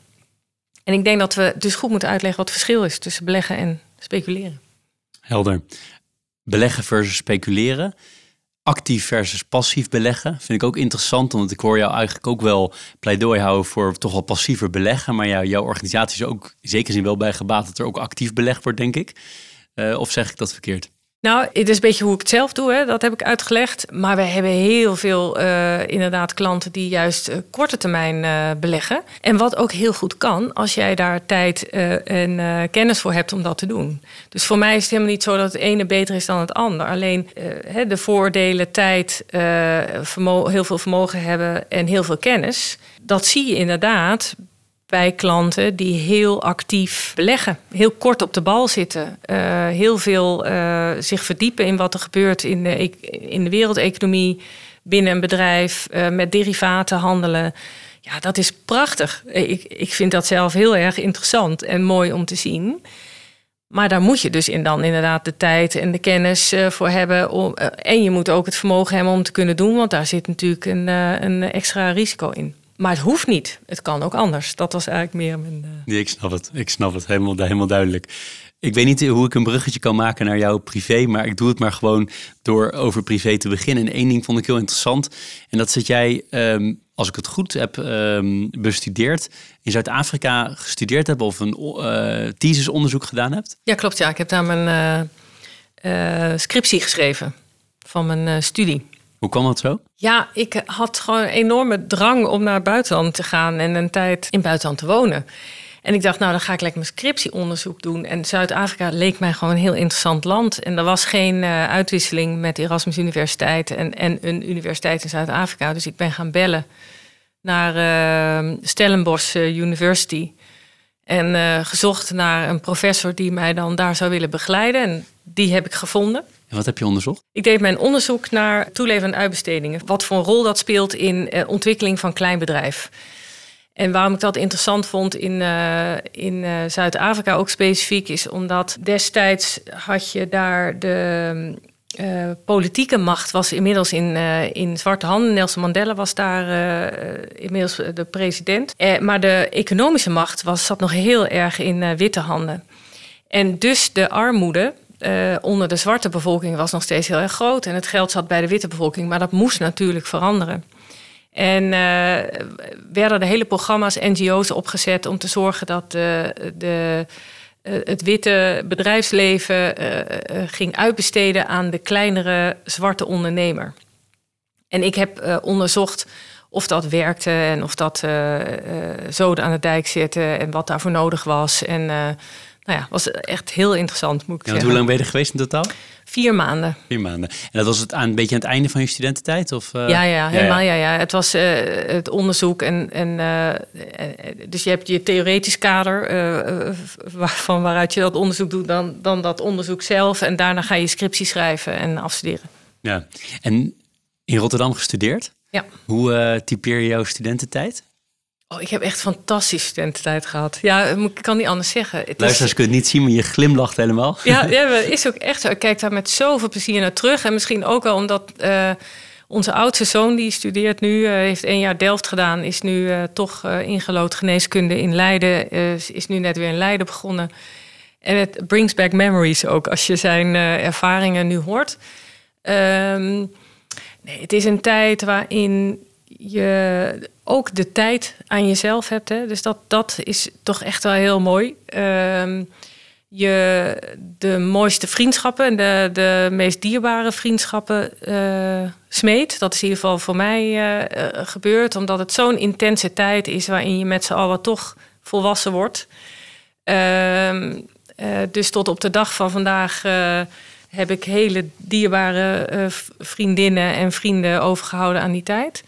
En ik denk dat we dus goed moeten uitleggen wat het verschil is tussen beleggen en speculeren. Helder. Beleggen versus speculeren. Actief versus passief beleggen vind ik ook interessant, want ik hoor jou eigenlijk ook wel pleidooi houden voor toch wel passiever beleggen. Maar ja, jouw organisatie is ook in zekere zin wel bij gebaat dat er ook actief belegd wordt, denk ik. Uh, of zeg ik dat verkeerd? Nou, het is een beetje hoe ik het zelf doe, hè. Dat heb ik uitgelegd. Maar we hebben heel veel uh, inderdaad klanten die juist uh, korte termijn uh, beleggen. En wat ook heel goed kan, als jij daar tijd uh, en uh, kennis voor hebt om dat te doen. Dus voor mij is het helemaal niet zo dat het ene beter is dan het ander. Alleen uh, de voordelen, tijd, uh, vermo- heel veel vermogen hebben en heel veel kennis. Dat zie je inderdaad bij klanten die heel actief beleggen. Heel kort op de bal zitten. Uh, heel veel uh, zich verdiepen in wat er gebeurt in de, in de wereldeconomie, binnen een bedrijf, uh, met derivaten handelen. Ja, dat is prachtig. Ik, ik vind dat zelf heel erg interessant en mooi om te zien. Maar daar moet je dus in dan inderdaad de tijd en de kennis uh, voor hebben. Om, uh, en je moet ook het vermogen hebben om te kunnen doen, want daar zit natuurlijk een, uh, een extra risico in. Maar het hoeft niet. Het kan ook anders. Dat was eigenlijk meer mijn... Uh... Nee, ik snap het. Ik snap het. Helemaal, helemaal duidelijk. Ik weet niet hoe ik een bruggetje kan maken naar jouw privé, maar ik doe het maar gewoon door over privé te beginnen. En één ding vond ik heel interessant. En dat is dat jij, um, als ik het goed heb um, bestudeerd, in Zuid-Afrika gestudeerd hebt of een uh, thesisonderzoek gedaan hebt. Ja, klopt. Ja, ik heb daar mijn uh, uh, scriptie geschreven van mijn uh, studie. Hoe kwam dat zo? Ja, ik had gewoon een enorme drang om naar het buitenland te gaan en een tijd in het buitenland te wonen. En ik dacht, nou, dan ga ik lekker mijn scriptieonderzoek doen. En Zuid-Afrika leek mij gewoon een heel interessant land. En er was geen uh, uitwisseling met de Erasmus Universiteit en, en een universiteit in Zuid-Afrika. Dus ik ben gaan bellen naar uh, Stellenbosch University. En uh, gezocht naar een professor die mij dan daar zou willen begeleiden. En die heb ik gevonden. En wat heb je onderzocht? Ik deed mijn onderzoek naar toelevering en uitbestedingen. Wat voor een rol dat speelt in uh, ontwikkeling van klein bedrijf. En waarom ik dat interessant vond in, uh, in uh, Zuid-Afrika ook specifiek is omdat destijds had je daar de uh, politieke macht was inmiddels in, uh, in zwarte handen. Nelson Mandela was daar uh, inmiddels de president. Uh, maar de economische macht was, zat nog heel erg in uh, witte handen. En dus de armoede Uh, onder de zwarte bevolking was nog steeds heel erg groot. En het geld zat bij de witte bevolking. Maar dat moest natuurlijk veranderen. En uh, werden er hele programma's, N G O's opgezet om te zorgen dat de, de, uh, het witte bedrijfsleven uh, uh, ging uitbesteden aan de kleinere zwarte ondernemer. En ik heb uh, onderzocht of dat werkte en of dat uh, uh, zoden aan de dijk zette en wat daarvoor nodig was. En uh, nou ja, was echt heel interessant, moet ik ja, zeggen. Hoe lang ben je er geweest in totaal? Vier maanden. Vier maanden. En dat was het aan een beetje aan het einde van je studententijd? Of, uh... ja, ja, helemaal ja, ja. ja. Het was uh, het onderzoek. En, en, uh, dus je hebt je theoretisch kader uh, van waaruit je dat onderzoek doet, dan, dan dat onderzoek zelf. En daarna ga je scriptie schrijven en afstuderen. Ja. En in Rotterdam gestudeerd? Ja. Hoe uh, typeer je jouw studententijd? Oh, ik heb echt fantastische studententijd gehad. Ja, ik kan niet anders zeggen. Het Luisteraars is... kunnen het niet zien, maar je glimlacht helemaal. Ja, ja, dat is ook echt zo. Ik kijk daar met zoveel plezier naar terug. En misschien ook wel omdat uh, onze oudste zoon, die studeert nu, uh, heeft één jaar Delft gedaan, is nu uh, toch uh, ingelood geneeskunde in Leiden, uh, is nu net weer in Leiden begonnen. En het brings back memories ook, als je zijn uh, ervaringen nu hoort. Um, nee, het is een tijd waarin je ook de tijd aan jezelf hebt. Hè? Dus dat, dat is toch echt wel heel mooi. Um, je de mooiste vriendschappen en de, de meest dierbare vriendschappen uh, smeet. Dat is in ieder geval voor mij uh, uh, gebeurd. Omdat het zo'n intense tijd is waarin je met z'n allen toch volwassen wordt. Um, uh, dus tot op de dag van vandaag uh, heb ik hele dierbare uh, vriendinnen en vrienden overgehouden aan die tijd.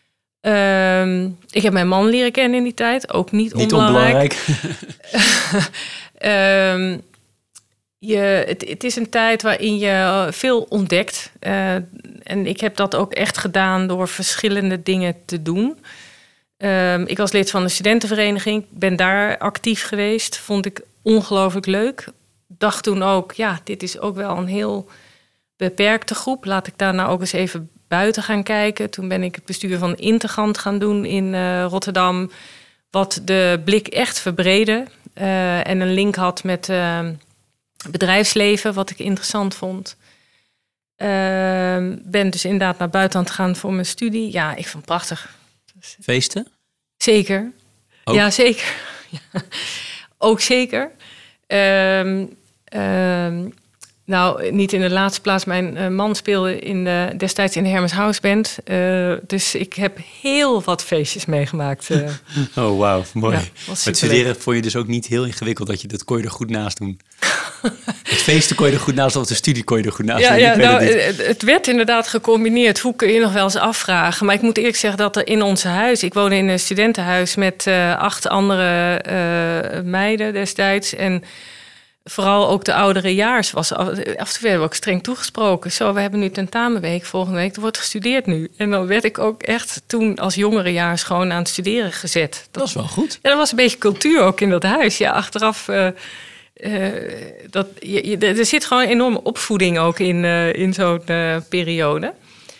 Um, ik heb mijn man leren kennen in die tijd. Ook niet, niet onbelangrijk. onbelangrijk. um, je, het, het is een tijd waarin je veel ontdekt. Uh, en ik heb dat ook echt gedaan door verschillende dingen te doen. Um, ik was lid van de studentenvereniging. Ben daar actief geweest. Vond ik ongelooflijk leuk. Dacht toen ook, ja, dit is ook wel een heel beperkte groep. Laat ik daar nou ook eens even buiten gaan kijken. Toen ben ik het bestuur van Integrant gaan doen in uh, Rotterdam. Wat de blik echt verbreden. Uh, en een link had met uh, bedrijfsleven, wat ik interessant vond. Uh, ben dus inderdaad naar buitenland gegaan voor mijn studie. Ja, ik vond het prachtig. Feesten? Zeker. Ook? Ja, zeker. Ja. Ook zeker. Um, um, Nou, niet in de laatste plaats. Mijn uh, man speelde in de, destijds in de Hermes House Band. Uh, dus ik heb heel wat feestjes meegemaakt. Uh. Oh, wauw, mooi. Ja, het studeren vond je dus ook niet heel ingewikkeld. Dat je dat kon je er goed naast doen. Het feesten kon je er goed naast doen, of de studie kon je er goed naast ja, doen. Ja, ik nou, weet het, het, het werd inderdaad gecombineerd. Hoe kun je nog wel eens afvragen? Maar ik moet eerlijk zeggen dat er in ons huis... Ik woonde in een studentenhuis met uh, acht andere uh, meiden destijds. En vooral ook de ouderejaars was af, af en toe werden we ook streng toegesproken. Zo, we hebben nu tentamenweek volgende week. Er wordt gestudeerd nu. En dan werd ik ook echt toen als jongerejaars gewoon aan het studeren gezet. Dat, dat is wel goed. Ja, dat was een beetje cultuur ook in dat huis. Ja, achteraf... Uh, uh, dat, je, je, er zit gewoon een enorme opvoeding ook in, uh, in zo'n uh, periode.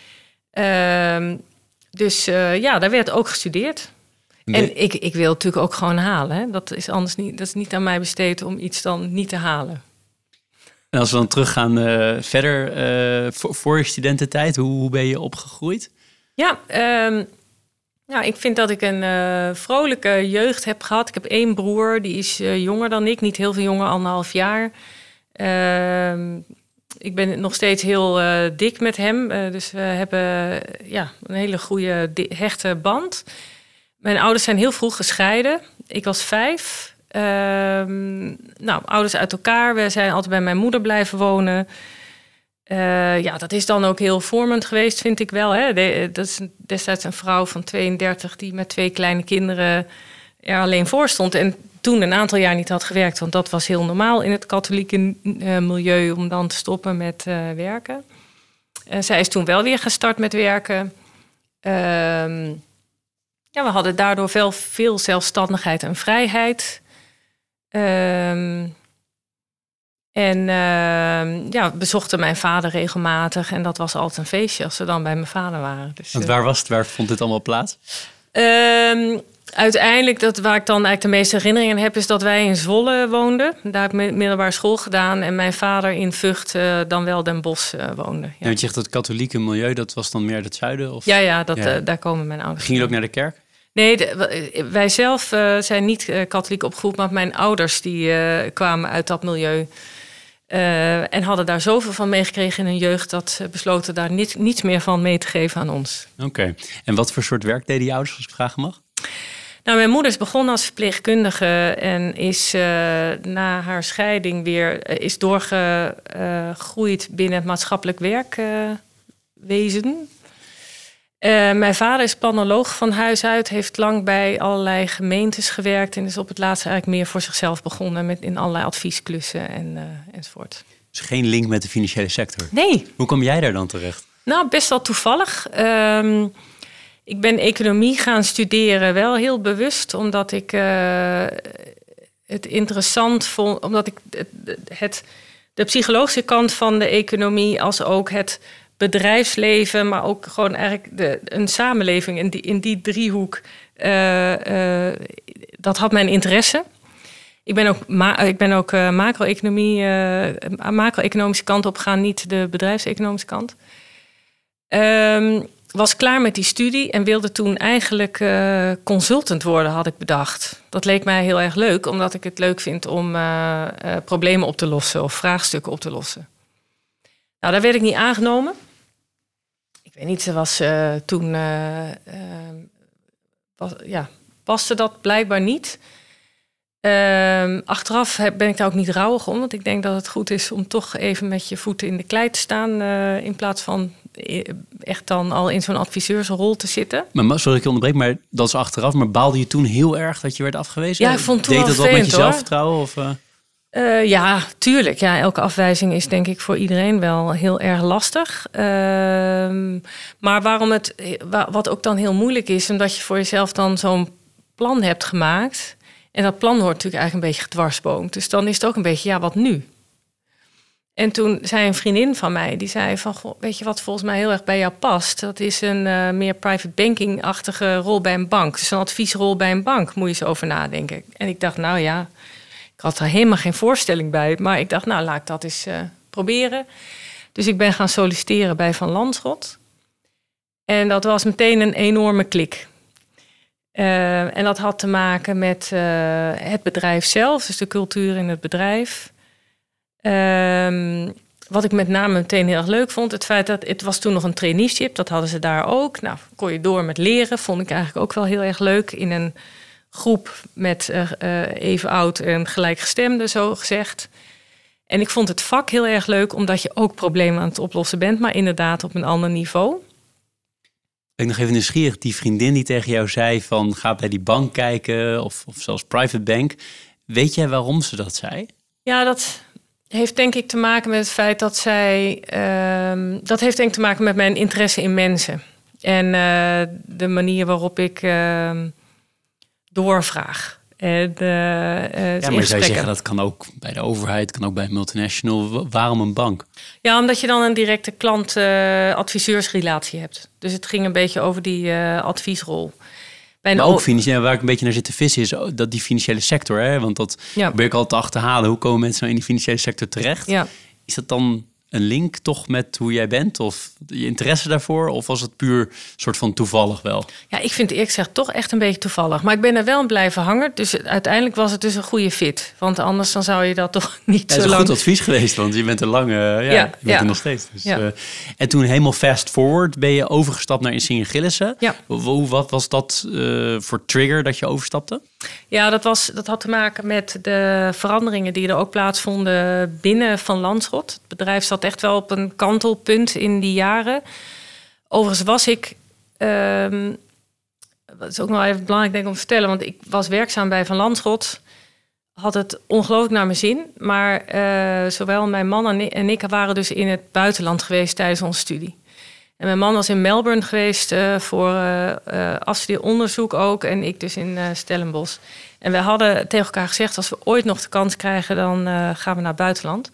Uh, dus uh, ja, daar werd ook gestudeerd. Nee. En ik, ik wil natuurlijk ook gewoon halen. Hè? Dat is anders niet, dat is niet aan mij besteed om iets dan niet te halen. En als we dan teruggaan uh, verder uh, voor, voor je studententijd, hoe, hoe ben je opgegroeid? Ja, um, nou, ik vind dat ik een uh, vrolijke jeugd heb gehad. Ik heb één broer, die is uh, jonger dan ik. Niet heel veel jonger, anderhalf jaar. Uh, ik ben nog steeds heel uh, dik met hem. Uh, dus we hebben uh, ja, een hele goede, hechte band. Mijn ouders zijn heel vroeg gescheiden. Ik was vijf. Uh, nou, ouders uit elkaar. We zijn altijd bij mijn moeder blijven wonen. Uh, ja, dat is dan ook heel vormend geweest, vind ik wel. Hè? De, dat is destijds een vrouw van tweeëndertig... die met twee kleine kinderen er alleen voor stond. En toen een aantal jaar niet had gewerkt. Want dat was heel normaal in het katholieke uh, milieu... om dan te stoppen met uh, werken. Uh, zij is toen wel weer gestart met werken. Uh, Ja, we hadden daardoor veel, veel zelfstandigheid en vrijheid. Um, en uh, ja, bezochten mijn vader regelmatig. En dat was altijd een feestje als ze dan bij mijn vader waren. Dus, Want waar was het? Waar vond dit allemaal plaats? Um, uiteindelijk, dat, waar ik dan eigenlijk de meeste herinneringen aan heb... is dat wij in Zwolle woonden. Daar heb ik middelbare school gedaan. En mijn vader in Vught, uh, dan wel Den Bosch, uh, woonde. Ja. Ja, want je zegt dat katholieke milieu, dat was dan meer het zuiden? Of? Ja, ja, dat, ja. Uh, daar komen mijn ouders. Ging je ook naar de kerk? Nee, de, wij zelf uh, zijn niet uh, katholiek opgevoed... maar mijn ouders die, uh, kwamen uit dat milieu... Uh, en hadden daar zoveel van meegekregen in hun jeugd... dat ze besloten daar niet, niets meer van mee te geven aan ons. Oké. Okay. En wat voor soort werk deden die ouders, als ik vragen mag? Nou, mijn moeder is begonnen als verpleegkundige... en is uh, na haar scheiding weer uh, is doorgegroeid uh, binnen het maatschappelijk werkwezen... Uh, Uh, mijn vader is planoloog van huis uit, heeft lang bij allerlei gemeentes gewerkt... en is op het laatste eigenlijk meer voor zichzelf begonnen... met in allerlei adviesklussen en, uh, enzovoort. Dus geen link met de financiële sector? Nee. Hoe kom jij daar dan terecht? Nou, best wel toevallig. Um, Ik ben economie gaan studeren, wel heel bewust, omdat ik uh, het interessant vond, omdat ik het, het, de psychologische kant van de economie, als ook het bedrijfsleven, maar ook gewoon eigenlijk de, een samenleving in die, in die driehoek, uh, uh, dat had mijn interesse. Ik ben ook, ma- ik ben ook uh, macro-economie, uh, macro-economische kant op gegaan, niet de bedrijfseconomische kant. Um, was klaar met die studie en wilde toen eigenlijk uh, consultant worden, had ik bedacht. Dat leek mij heel erg leuk, omdat ik het leuk vind om uh, uh, problemen op te lossen of vraagstukken op te lossen. Nou, daar werd ik niet aangenomen. Ik weet niet, ze was uh, toen... Uh, uh, was, ja, paste dat blijkbaar niet. Uh, achteraf ben ik daar ook niet rouwig om, want ik denk dat het goed is om toch even met je voeten in de klei te staan, uh, in plaats van echt dan al in zo'n adviseursrol te zitten. Maar sorry, ik onderbreek, maar dat is achteraf. Maar baalde je toen heel erg dat je werd afgewezen? Ja, ik vond het toen Deed wel dat wat met je hoor. zelfvertrouwen? Of, uh... Uh, ja, tuurlijk. Ja, elke afwijzing is denk ik voor iedereen wel heel erg lastig. Uh, maar waarom het, wat ook dan heel moeilijk is, omdat je voor jezelf dan zo'n plan hebt gemaakt. En dat plan wordt natuurlijk eigenlijk een beetje gedwarsboomd. Dus dan is het ook een beetje, ja, wat nu? En toen zei een vriendin van mij, die zei van, goh, weet je wat volgens mij heel erg bij jou past? Dat is een uh, meer private banking-achtige rol bij een bank. Dus een adviesrol bij een bank, moet je eens over nadenken. En ik dacht, nou ja, ik had er helemaal geen voorstelling bij. Maar ik dacht, nou, laat ik dat eens uh, proberen. Dus ik ben gaan solliciteren bij Van Lanschot. En dat was meteen een enorme klik. Uh, en dat had te maken met uh, het bedrijf zelf, dus de cultuur in het bedrijf. Um, wat ik met name meteen heel erg leuk vond, het feit dat het was toen nog een traineeship, dat hadden ze daar ook. Nou, kon je door met leren, vond ik eigenlijk ook wel heel erg leuk. In een groep met uh, uh, even oud en gelijkgestemden, zo gezegd. En ik vond het vak heel erg leuk, omdat je ook problemen aan het oplossen bent, maar inderdaad op een ander niveau. Ik nog even nieuwsgierig, die vriendin die tegen jou zei van ga bij die bank kijken of, of zelfs private bank. Weet jij waarom ze dat zei? Ja, dat heeft denk ik te maken met het feit dat zij... Uh, dat heeft denk ik te maken met mijn interesse in mensen. En uh, de manier waarop ik uh, doorvraag. En, uh, uh, ja, maar zou je zeggen dat kan ook bij de overheid, kan ook bij een multinational. Waarom een bank? Ja, omdat je dan een directe klant-adviseursrelatie uh, hebt. Dus het ging een beetje over die uh, adviesrol. Bij maar ook financieel, waar ik een beetje naar zit te vissen, is dat die financiële sector. Hè? Want dat ja. probeer ik altijd te achterhalen. Hoe komen mensen nou in die financiële sector terecht? Ja. Is dat dan een link toch met hoe jij bent? Of je interesse daarvoor? Of was het puur soort van toevallig wel? Ja, ik vind het eerlijk gezegd toch echt een beetje toevallig. Maar ik ben er wel in blijven hangen. Dus uiteindelijk was het dus een goede fit. Want anders dan zou je dat toch niet ja, zo lang... Het is een goed advies geweest, want je bent er lang... Uh, ja, ja, je bent ja. er nog steeds. Dus, ja. uh, en toen helemaal fast forward ben je overgestapt naar Insigne Gillissen. Ja. Hoe, wat was dat uh, voor trigger dat je overstapte? Ja, dat, was, dat had te maken met de veranderingen die er ook plaatsvonden binnen Van Lanschot. Het bedrijf zat echt wel op een kantelpunt in die jaren. Overigens was ik... Um, dat is ook nog even belangrijk denk ik om te vertellen, want ik was werkzaam bij Van Lanschot. Had het ongelooflijk naar mijn zin. Maar uh, zowel mijn man en ik waren dus in het buitenland geweest tijdens onze studie. En mijn man was in Melbourne geweest uh, voor uh, uh, afstudeeronderzoek ook. En ik dus in uh, Stellenbosch. En we hadden tegen elkaar gezegd, als we ooit nog de kans krijgen, dan uh, gaan we naar het buitenland.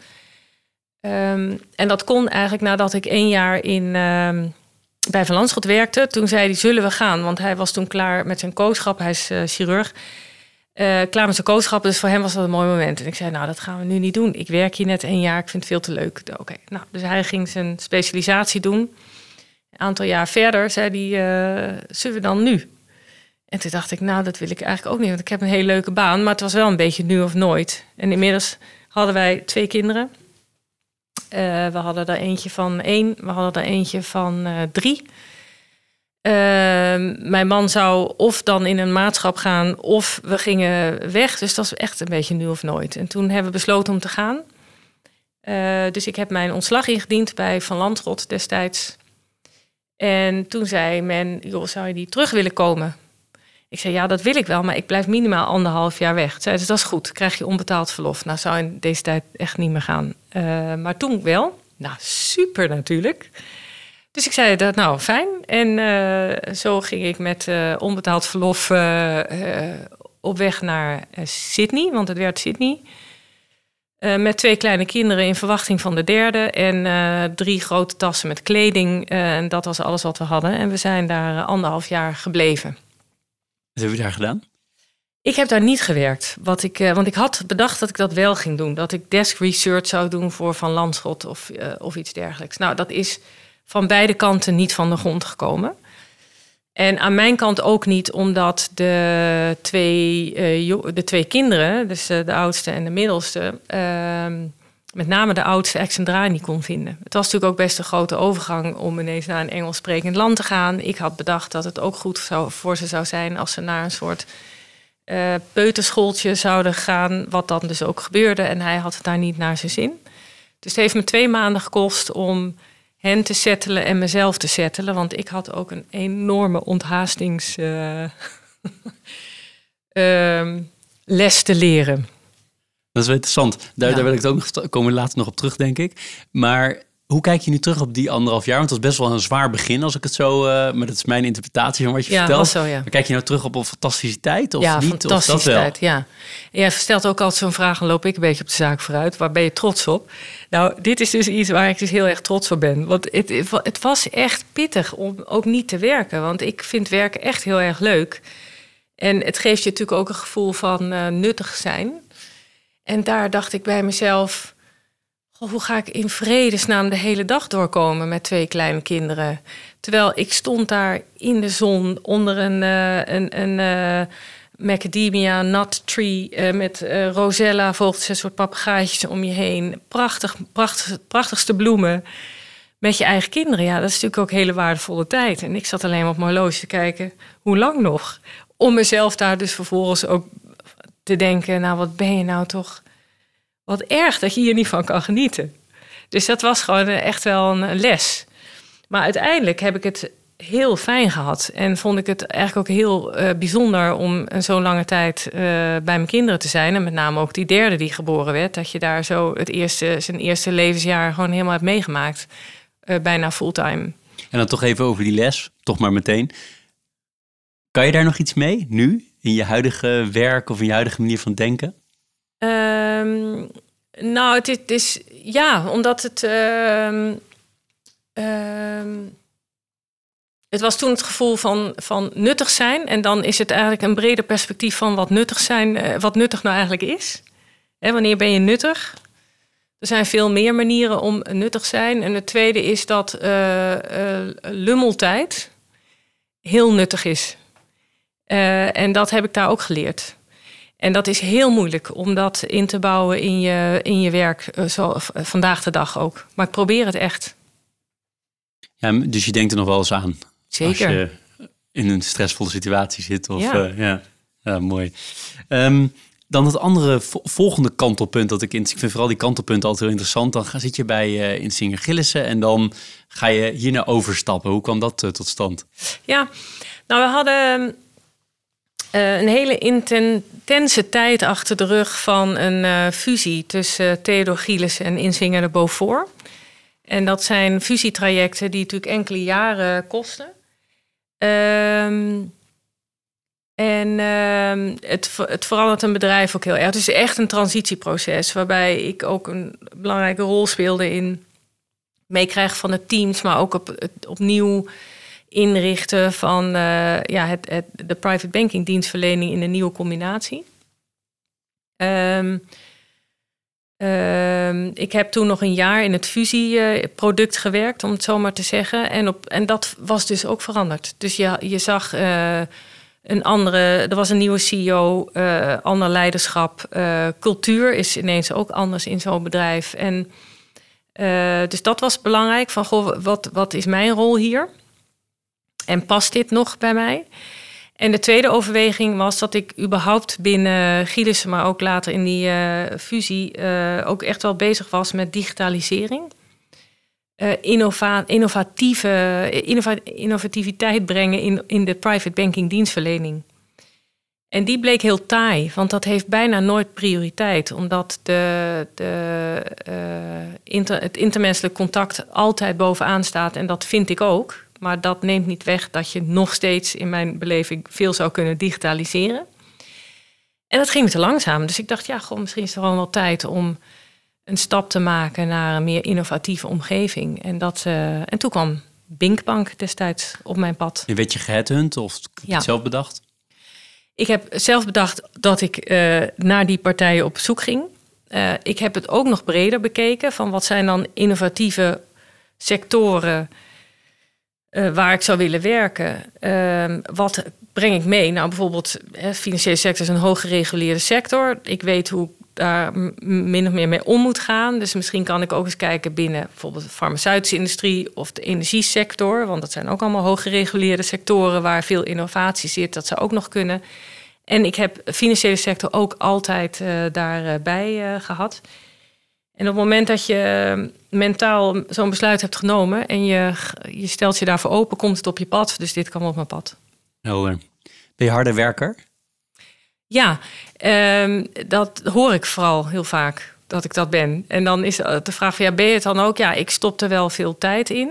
Um, en dat kon eigenlijk nadat ik één jaar in, uh, bij Van Lanschot werkte. Toen zei hij, zullen we gaan? Want hij was toen klaar met zijn kooschap. Hij is uh, chirurg. Uh, klaar met zijn kooschap, dus voor hem was dat een mooi moment. En ik zei, nou, dat gaan we nu niet doen. Ik werk hier net een jaar, ik vind het veel te leuk. Oké, okay. Nou, dus hij ging zijn specialisatie doen. Een aantal jaar verder zei hij, uh, zullen we dan nu? En toen dacht ik, nou, dat wil ik eigenlijk ook niet. Want ik heb een hele leuke baan, maar het was wel een beetje nu of nooit. En inmiddels hadden wij twee kinderen. Uh, we hadden er eentje van één, we hadden er eentje van uh, drie. Uh, mijn man zou of dan in een maatschap gaan, of we gingen weg. Dus dat was echt een beetje nu of nooit. En toen hebben we besloten om te gaan. Uh, dus ik heb mijn ontslag ingediend bij Van Lanschot destijds. En toen zei men, joh, zou je die terug willen komen? Ik zei, ja, dat wil ik wel, maar ik blijf minimaal anderhalf jaar weg. Zei, dus dat is goed, krijg je onbetaald verlof. Nou, zou in deze tijd echt niet meer gaan. Uh, maar toen wel. Nou, super natuurlijk. Dus ik zei, dat nou, fijn. En uh, zo ging ik met uh, onbetaald verlof uh, uh, op weg naar uh, Sydney, want het werd Sydney. Uh, met twee kleine kinderen in verwachting van de derde. En uh, drie grote tassen met kleding. Uh, en dat was alles wat we hadden. En we zijn daar uh, anderhalf jaar gebleven. Wat hebben we daar gedaan? Ik heb daar niet gewerkt. Wat ik, uh, want ik had bedacht dat ik dat wel ging doen. Dat ik desk research zou doen voor Van Landschot of, uh, of iets dergelijks. Nou, dat is van beide kanten niet van de grond gekomen. En aan mijn kant ook niet, omdat de twee, uh, jo- de twee kinderen, dus uh, de oudste en de middelste, uh, met name de oudste echt zijn draai niet kon vinden. Het was natuurlijk ook best een grote overgang om ineens naar een Engels sprekend land te gaan. Ik had bedacht dat het ook goed zou, voor ze zou zijn als ze naar een soort uh, peuterschooltje zouden gaan, wat dan dus ook gebeurde. En hij had het daar niet naar zijn zin. Dus het heeft me twee maanden gekost om hen te settelen en mezelf te settelen. Want ik had ook een enorme onthaastings uh, uh, les te leren. Dat is wel interessant. Daar, ja. daar wil ik het ook nog komen later nog op terug, denk ik. Maar hoe kijk je nu terug op die anderhalf jaar? Want het was best wel een zwaar begin, als ik het zo... Uh, maar dat is mijn interpretatie van wat je ja, vertelt. Zo, ja. Maar kijk je nou terug op een fantastische tijd of ja, niet? Fantastische of dat wel? tijd, ja. En jij stelt ook altijd zo'n vraag, en loop ik een beetje op de zaak vooruit. Waar ben je trots op? Nou, dit is dus iets waar ik dus heel erg trots op ben. Want het, het was echt pittig om ook niet te werken. Want ik vind werken echt heel erg leuk. En het geeft je natuurlijk ook een gevoel van uh, nuttig zijn. En daar dacht ik bij mezelf, goh, hoe ga ik in vredesnaam de hele dag doorkomen met twee kleine kinderen? Terwijl ik stond daar in de zon onder een, uh, een, een uh, macadamia nut tree uh, met uh, rosella, vogeltjes, een soort papegaaitjes om je heen. Prachtig, prachtig, prachtigste bloemen met je eigen kinderen. Ja, dat is natuurlijk ook hele waardevolle tijd. En ik zat alleen maar op mijn horloge te kijken, hoe lang nog? Om mezelf daar dus vervolgens ook te denken, nou wat ben je nou toch, wat erg dat je hier niet van kan genieten. Dus dat was gewoon echt wel een les. Maar uiteindelijk heb ik het heel fijn gehad. En vond ik het eigenlijk ook heel uh, bijzonder om een zo'n lange tijd uh, bij mijn kinderen te zijn. En met name ook die derde die geboren werd. Dat je daar zo het eerste, zijn eerste levensjaar gewoon helemaal hebt meegemaakt. Uh, bijna fulltime. En dan toch even over die les, toch maar meteen. Kan je daar nog iets mee nu? In je huidige werk of in je huidige manier van denken? Um, nou, het is, het is... Ja, omdat het... Um, um, het was toen het gevoel van, van nuttig zijn. En dan is het eigenlijk een breder perspectief van wat nuttig zijn... Uh, wat nuttig nou eigenlijk is. Hè, wanneer ben je nuttig? Er zijn veel meer manieren om nuttig te zijn. En het tweede is dat uh, uh, lummeltijd heel nuttig is. Uh, en dat heb ik daar ook geleerd. En dat is heel moeilijk om dat in te bouwen in je, in je werk, uh, zo, uh, vandaag de dag ook. Maar ik probeer het echt. Ja, dus je denkt er nog wel eens aan? Zeker. Als je in een stressvolle situatie zit. Of, ja. Uh, ja. ja, mooi. Um, dan het andere vo- volgende kantelpunt dat ik in... Ik vind vooral die kantelpunten altijd heel interessant. Dan ga, zit je bij uh, Insinger Gillissen en dan ga je hier naar overstappen. Hoe kwam dat uh, tot stand? Ja, nou we hadden... Uh, een hele intense tijd achter de rug van een uh, fusie tussen uh, Theodor Gillissen en Insinger de Beaufort. En dat zijn fusietrajecten die natuurlijk enkele jaren kosten. Um, en uh, het, het verandert een bedrijf ook heel erg. Het is echt een transitieproces waarbij ik ook een belangrijke rol speelde in meekrijgen van de teams, maar ook op, het opnieuw inrichten van uh, ja, het, het, de private banking dienstverlening in een nieuwe combinatie. Um, um, ik heb toen nog een jaar in het fusieproduct gewerkt, om het zo maar te zeggen. En, op, en dat was dus ook veranderd. Dus je, je zag uh, een andere... Er was een nieuwe C E O, uh, ander leiderschap. Uh, cultuur is ineens ook anders in zo'n bedrijf. En, uh, dus dat was belangrijk. Van, goh, wat, wat is mijn rol hier? En past dit nog bij mij? En de tweede overweging was dat ik überhaupt binnen Gillissen, maar ook later in die uh, fusie, uh, ook echt wel bezig was met digitalisering. Uh, innova- innovatieve, innova- innovativiteit brengen in, in de private banking dienstverlening. En die bleek heel taai, want dat heeft bijna nooit prioriteit. Omdat de, de, uh, inter, het intermenselijk contact altijd bovenaan staat. En dat vind ik ook. Maar dat neemt niet weg dat je nog steeds in mijn beleving veel zou kunnen digitaliseren. En dat ging me te langzaam. Dus ik dacht, ja, goh, misschien is het gewoon wel tijd om een stap te maken naar een meer innovatieve omgeving. En, dat, uh, en toen kwam Binkbank destijds op mijn pad. En werd je geheadhunt of heb je ja. het zelf bedacht? Ik heb zelf bedacht dat ik uh, naar die partijen op zoek ging. Uh, ik heb het ook nog breder bekeken van wat zijn dan innovatieve sectoren uh, waar ik zou willen werken. Uh, wat breng ik mee? Nou, bijvoorbeeld, de financiële sector is een hooggereguleerde sector. Ik weet hoe ik daar min of meer mee om moet gaan. Dus misschien kan ik ook eens kijken binnen bijvoorbeeld de farmaceutische industrie of de energiesector. Want dat zijn ook allemaal hooggereguleerde sectoren waar veel innovatie zit. Dat zou ook nog kunnen. En ik heb de financiële sector ook altijd uh, daarbij uh, gehad. En op het moment dat je mentaal zo'n besluit hebt genomen en je, je stelt je daarvoor open, komt het op je pad. Dus dit kwam op mijn pad. Oh, ben je harde werker? Ja, um, dat hoor ik vooral heel vaak, dat ik dat ben. En dan is de vraag van, ja, ben je het dan ook? Ja, ik stop er wel veel tijd in.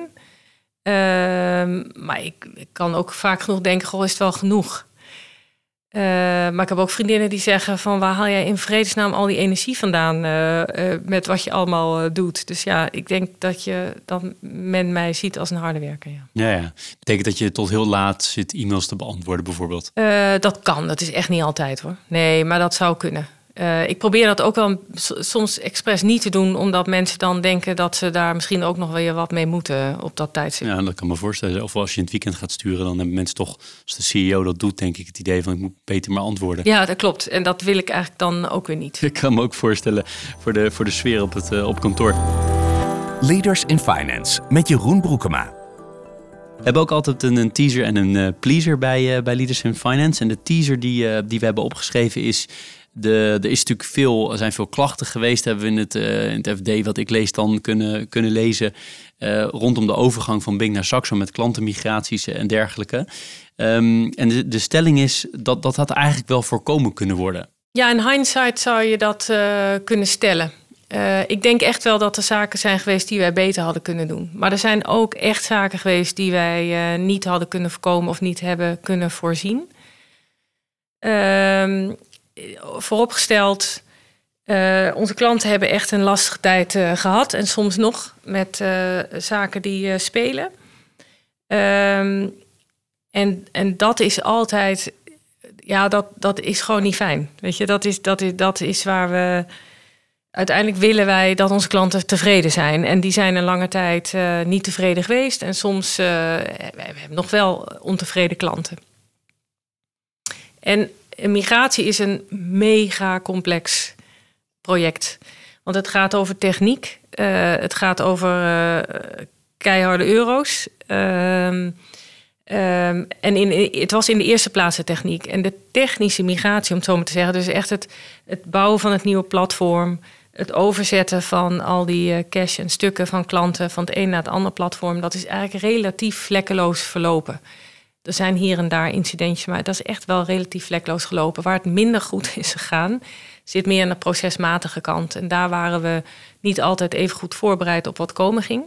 Um, maar ik, ik kan ook vaak genoeg denken, goh, is het wel genoeg? Uh, maar ik heb ook vriendinnen die zeggen van, waar haal jij in vredesnaam al die energie vandaan uh, uh, met wat je allemaal uh, doet? Dus ja, ik denk dat je dat men mij ziet als een harde werker. Ja, ja, ja. Betekent dat je tot heel laat zit e-mails te beantwoorden bijvoorbeeld? Uh, dat kan, dat is echt niet altijd hoor. Nee, maar dat zou kunnen. Uh, ik probeer dat ook wel soms expres niet te doen, omdat mensen dan denken dat ze daar misschien ook nog weer wat mee moeten op dat tijdstip. Ja, dat kan me voorstellen. Of als je in het weekend gaat sturen, dan hebben mensen toch, als de C E O dat doet, denk ik het idee van ik moet beter maar antwoorden. Ja, dat klopt. En dat wil ik eigenlijk dan ook weer niet. Ik kan me ook voorstellen voor de, voor de sfeer op het uh, op kantoor. Leaders in Finance met Jeroen Broekema. We hebben ook altijd een, een teaser en een uh, pleaser bij, uh, bij Leaders in Finance. En de teaser die, uh, die we hebben opgeschreven is, De, er is natuurlijk veel, er zijn veel klachten geweest, hebben we in het, uh, in het F D, wat ik lees dan, kunnen, kunnen lezen, uh, rondom de overgang van Bing naar Saxo met klantenmigraties en dergelijke. Um, en de, de stelling is dat dat had eigenlijk wel voorkomen kunnen worden. Ja, in hindsight zou je dat uh, kunnen stellen. Uh, ik denk echt wel dat er zaken zijn geweest die wij beter hadden kunnen doen. Maar er zijn ook echt zaken geweest die wij uh, niet hadden kunnen voorkomen of niet hebben kunnen voorzien. Um, Vooropgesteld, uh, onze klanten hebben echt een lastige tijd uh, gehad. En soms nog met uh, zaken die uh, spelen. Um, en, en dat is altijd, ja, dat, dat is gewoon niet fijn. Weet je, dat is, dat is, dat is waar we, uiteindelijk willen wij dat onze klanten tevreden zijn. En die zijn een lange tijd uh, niet tevreden geweest. En soms, uh, we hebben nog wel ontevreden klanten. En migratie is een mega complex project. Want het gaat over techniek. Uh, het gaat over uh, keiharde euro's. Um, um, en in, het was in de eerste plaats de techniek. En de technische migratie, om het zo maar te zeggen. Dus echt het, het bouwen van het nieuwe platform. Het overzetten van al die uh, cash en stukken van klanten van het een naar het andere platform. Dat is eigenlijk relatief vlekkeloos verlopen. Er zijn hier en daar incidentjes, maar dat is echt wel relatief vlekloos gelopen. Waar het minder goed is gegaan, zit meer aan de procesmatige kant. En daar waren we niet altijd even goed voorbereid op wat komen ging.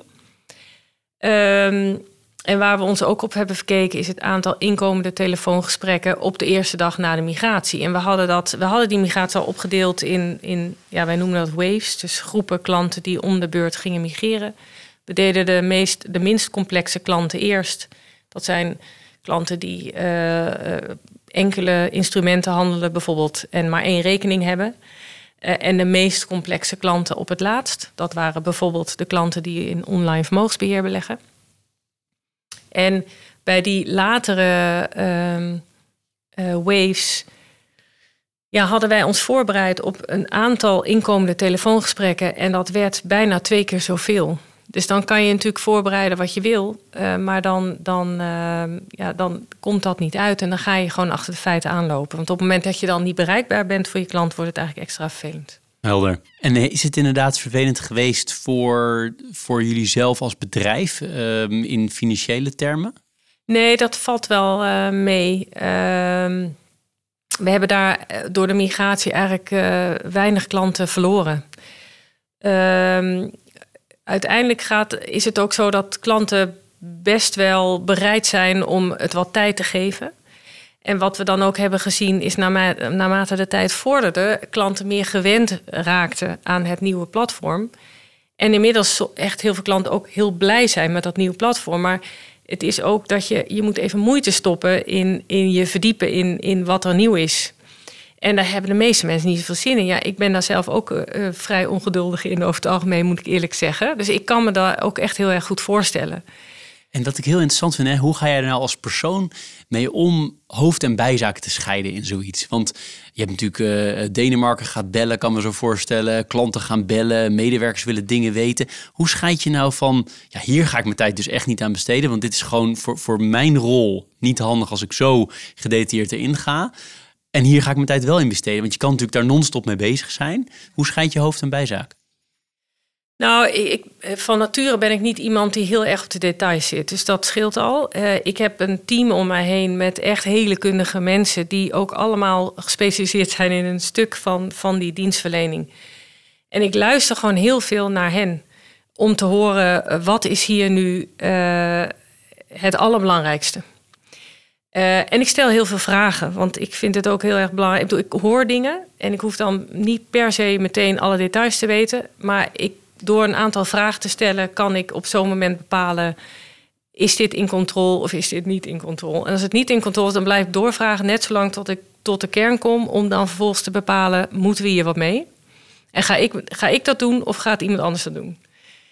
Um, en waar we ons ook op hebben verkeken is het aantal inkomende telefoongesprekken op de eerste dag na de migratie. En we hadden, dat, we hadden die migratie al opgedeeld in, in, ja, wij noemen dat waves. Dus groepen klanten die om de beurt gingen migreren. We deden de, meest, de minst complexe klanten eerst. Dat zijn klanten die uh, uh, enkele instrumenten handelen bijvoorbeeld en maar één rekening hebben. Uh, en de meest complexe klanten op het laatst. Dat waren bijvoorbeeld de klanten die in online vermogensbeheer beleggen. En bij die latere uh, uh, waves ja, hadden wij ons voorbereid op een aantal inkomende telefoongesprekken. En dat werd bijna twee keer zoveel. Dus dan kan je natuurlijk voorbereiden wat je wil. Uh, maar dan, dan, uh, ja, dan komt dat niet uit. En dan ga je gewoon achter de feiten aanlopen. Want op het moment dat je dan niet bereikbaar bent voor je klant, wordt het eigenlijk extra vervelend. Helder. En is het inderdaad vervelend geweest voor, voor jullie zelf als bedrijf uh, in financiële termen? Nee, dat valt wel uh, mee. Uh, we hebben daar door de migratie eigenlijk uh, weinig klanten verloren. Uh, uiteindelijk gaat, is het ook zo dat klanten best wel bereid zijn om het wat tijd te geven. En wat we dan ook hebben gezien is naarmate, naarmate de tijd vorderde, klanten meer gewend raakten aan het nieuwe platform. En inmiddels echt heel veel klanten ook heel blij zijn met dat nieuwe platform. Maar het is ook dat je, je moet even moeite stoppen in, in je verdiepen in, in wat er nieuw is. En daar hebben de meeste mensen niet zoveel zin in. Ja, ik ben daar zelf ook uh, vrij ongeduldig in over het algemeen, moet ik eerlijk zeggen. Dus ik kan me daar ook echt heel erg goed voorstellen. En wat ik heel interessant vind, hè, hoe ga jij er nou als persoon mee om hoofd- en bijzaken te scheiden in zoiets? Want je hebt natuurlijk uh, Denemarken gaat bellen, kan me zo voorstellen. Klanten gaan bellen, medewerkers willen dingen weten. Hoe scheid je nou van, ja, hier ga ik mijn tijd dus echt niet aan besteden, want dit is gewoon voor, voor mijn rol niet handig als ik zo gedetailleerd erin ga. En hier ga ik mijn tijd wel in besteden, want je kan natuurlijk daar non-stop mee bezig zijn. Hoe scheid je hoofd- en bijzaak? Nou, ik, van nature ben ik niet iemand die heel erg op de details zit. Dus dat scheelt al. Uh, ik heb een team om mij heen met echt hele kundige mensen die ook allemaal gespecialiseerd zijn in een stuk van, van die dienstverlening. En ik luister gewoon heel veel naar hen om te horen wat is hier nu uh, het allerbelangrijkste. Uh, en ik stel heel veel vragen, want ik vind het ook heel erg belangrijk. Ik, bedoel, ik hoor dingen en ik hoef dan niet per se meteen alle details te weten, maar ik door een aantal vragen te stellen, kan ik op zo'n moment bepalen, is dit in controle of is dit niet in controle? En als het niet in controle is, dan blijf ik doorvragen, net zolang tot ik tot de kern kom, om dan vervolgens te bepalen, moeten we hier wat mee? En ga ik, ga ik dat doen of gaat iemand anders dat doen?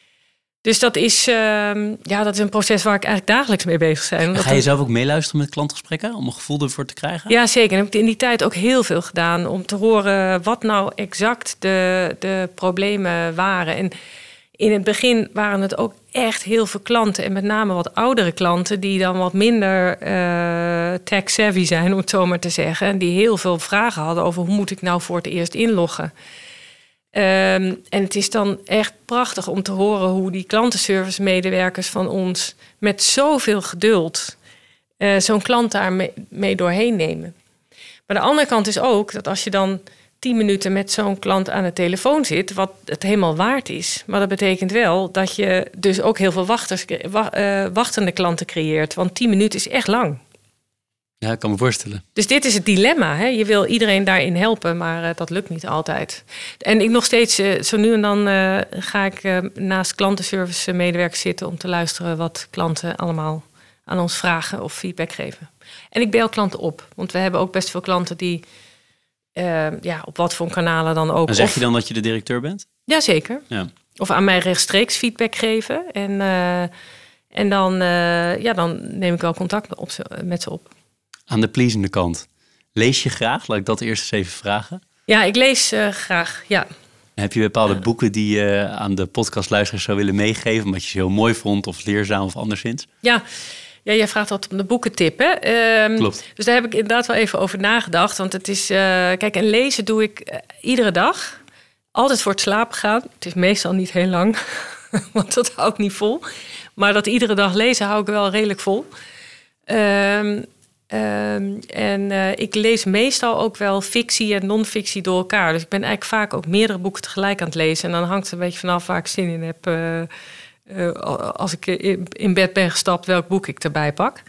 Dus dat is, uh, ja, dat is een proces waar ik eigenlijk dagelijks mee bezig ben. Ga je zelf ook meeluisteren met klantgesprekken om een gevoel ervoor te krijgen? Ja, zeker. En heb ik in die tijd ook heel veel gedaan om te horen wat nou exact de, de problemen waren. En in het begin waren het ook echt heel veel klanten en met name wat oudere klanten die dan wat minder uh, tech-savvy zijn, om het zo maar te zeggen. En die heel veel vragen hadden over hoe moet ik nou voor het eerst inloggen. Um, en het is dan echt prachtig om te horen hoe die klantenservice medewerkers van ons met zoveel geduld uh, zo'n klant daar mee, mee doorheen nemen. Maar de andere kant is ook dat als je dan tien minuten met zo'n klant aan de telefoon zit, wat het helemaal waard is. Maar dat betekent wel dat je dus ook heel veel wachters, uh, wachtende klanten creëert. Want tien minuten is echt lang. Ja, ik kan me voorstellen. Dus dit is het dilemma. Hè? Je wil iedereen daarin helpen, maar uh, dat lukt niet altijd. En ik nog steeds, uh, zo nu en dan uh, ga ik uh, naast klantenservice medewerkers zitten om te luisteren wat klanten allemaal aan ons vragen of feedback geven. En ik bel klanten op, want we hebben ook best veel klanten die uh, ja, op wat voor kanalen dan ook. En zeg of, je dan dat je de directeur bent? Jazeker. Ja. Of aan mij rechtstreeks feedback geven. En, uh, en dan, uh, ja, dan neem ik wel contact op ze, met ze op. Aan de pleasende kant. Lees je graag? Laat ik dat eerst eens even vragen. Ja, ik lees uh, graag, ja. Heb je bepaalde uh, boeken die je uh, aan de podcastluisteraars zou willen meegeven, omdat je ze heel mooi vond of leerzaam of anderszins? Ja, ja, jij vraagt altijd om de boekentip, hè? Um, Klopt. Dus daar heb ik inderdaad wel even over nagedacht. Want het is, uh, kijk, en lezen doe ik uh, iedere dag. Altijd voor het slapen gaan. Het is meestal niet heel lang, want dat hou ik niet vol. Maar dat iedere dag lezen hou ik wel redelijk vol. Um, Um, en uh, ik lees meestal ook wel fictie en non-fictie door elkaar. Dus ik ben eigenlijk vaak ook meerdere boeken tegelijk aan het lezen. En dan hangt het een beetje vanaf waar ik zin in heb. Uh, uh, als ik in bed ben gestapt, welk boek ik erbij pak.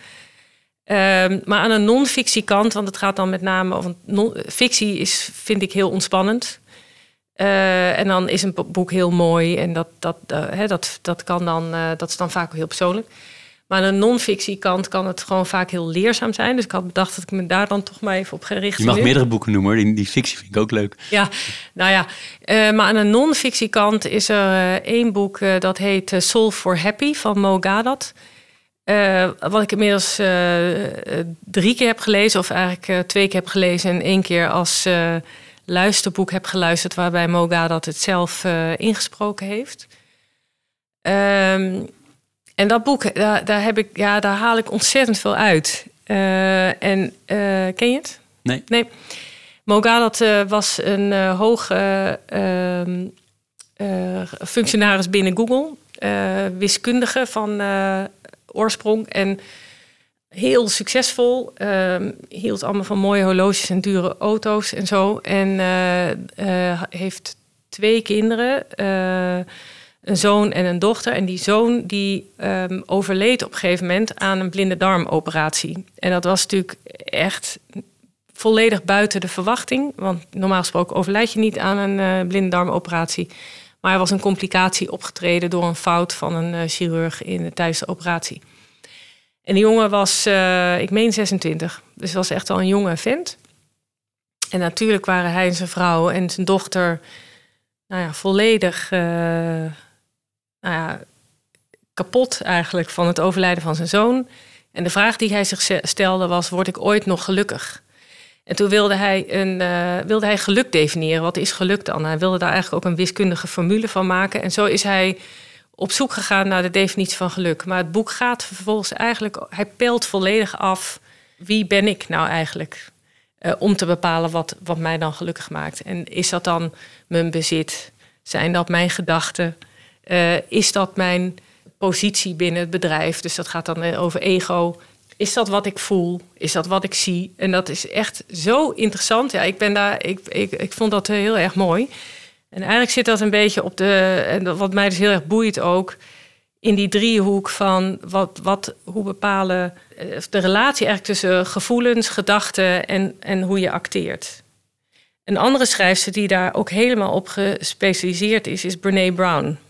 Um, maar aan een non-fictie kant, want het gaat dan met name over... Non- fictie is, vind ik heel ontspannend. Uh, en dan is een boek heel mooi. En dat, dat, uh, hè, dat, dat, kan dan, uh, dat is dan vaak ook heel persoonlijk. Maar aan de non-fictie kant kan het gewoon vaak heel leerzaam zijn. Dus ik had bedacht dat ik me daar dan toch maar even op ga richten. Je mag nu. meerdere boeken noemen, hoor. Die, die fictie vind ik ook leuk. Ja, nou ja. Uh, maar aan de non-fictie kant is er uh, één boek uh, dat heet uh, Solve for Happy van Mo Gawdat. Uh, wat ik inmiddels uh, uh, drie keer heb gelezen. Of eigenlijk uh, twee keer heb gelezen. En één keer als uh, luisterboek heb geluisterd. Waarbij Mo Gawdat het zelf uh, ingesproken heeft. Um, En dat boek, daar, daar, heb ik, ja, daar haal ik ontzettend veel uit. Uh, en uh, ken je het? Nee. Nee. Mo Gawdat uh, was een uh, hoog uh, uh, uh, functionaris binnen Google. Uh, wiskundige van uh, oorsprong. En heel succesvol. Uh, hield allemaal van mooie horloges en dure auto's en zo. En uh, uh, heeft twee kinderen. Uh, een zoon en een dochter. En die zoon die um, overleed op een gegeven moment aan een blinde darmoperatie. En dat was natuurlijk echt volledig buiten de verwachting. Want normaal gesproken overlijd je niet aan een uh, blinde darmoperatie. Maar er was een complicatie opgetreden door een fout van een uh, chirurg in, tijdens de operatie. En die jongen was, uh, ik meen zesentwintig. Dus was echt al een jonge vent. En natuurlijk waren hij en zijn vrouw en zijn dochter nou ja, volledig uh, nou ja, kapot eigenlijk van het overlijden van zijn zoon. En de vraag die hij zich stelde was, word ik ooit nog gelukkig? En toen wilde hij, een, uh, wilde hij geluk definiëren. Wat is geluk dan? Hij wilde daar eigenlijk ook een wiskundige formule van maken. En zo is hij op zoek gegaan naar de definitie van geluk. Maar het boek gaat vervolgens eigenlijk, hij peilt volledig af, wie ben ik nou eigenlijk? Uh, om te bepalen wat, wat mij dan gelukkig maakt. En is dat dan mijn bezit? Zijn dat mijn gedachten? Uh, is dat mijn positie binnen het bedrijf? Dus dat gaat dan over ego. Is dat wat ik voel? Is dat wat ik zie? En dat is echt zo interessant. Ja, ik ben daar, ik, ik, ik vond dat heel erg mooi. En eigenlijk zit dat een beetje op de, en wat mij dus heel erg boeit ook, in die driehoek van wat, wat, hoe bepalen de relatie eigenlijk tussen gevoelens, gedachten en, en hoe je acteert. Een andere schrijfster die daar ook helemaal op gespecialiseerd is, is Brené Brown.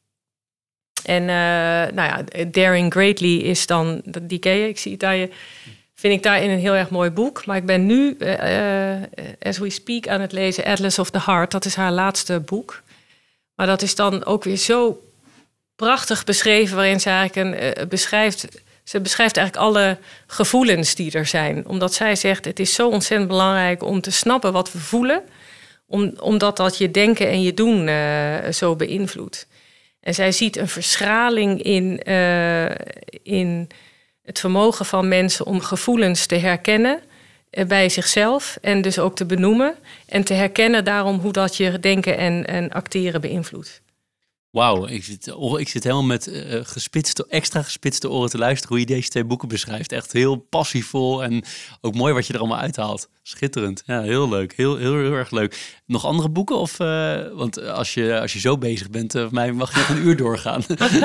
En uh, nou ja, Daring Greatly is dan, die ken je, ik zie het daar, je, vind ik daarin een heel erg mooi boek. Maar ik ben nu, uh, as we speak, aan het lezen Atlas of the Heart. Dat is haar laatste boek. Maar dat is dan ook weer zo prachtig beschreven, waarin ze eigenlijk een, uh, beschrijft, ze beschrijft eigenlijk alle gevoelens die er zijn. Omdat zij zegt, het is zo ontzettend belangrijk om te snappen wat we voelen, om, omdat dat je denken en je doen uh, zo beïnvloedt. En zij ziet een verschraling in, uh, in het vermogen van mensen om gevoelens te herkennen uh, bij zichzelf en dus ook te benoemen en te herkennen daarom hoe dat je denken en, en acteren beïnvloedt. Wauw, ik zit, ik zit helemaal met uh, gespitste, extra gespitste oren te luisteren hoe je deze twee boeken beschrijft. Echt heel passievol en ook mooi wat je er allemaal uithaalt. Schitterend. Ja, heel leuk. Heel, heel, heel erg leuk. Nog andere boeken? Of, uh, want als je, als je zo bezig bent, uh, voor mij mag je nog een uur doorgaan.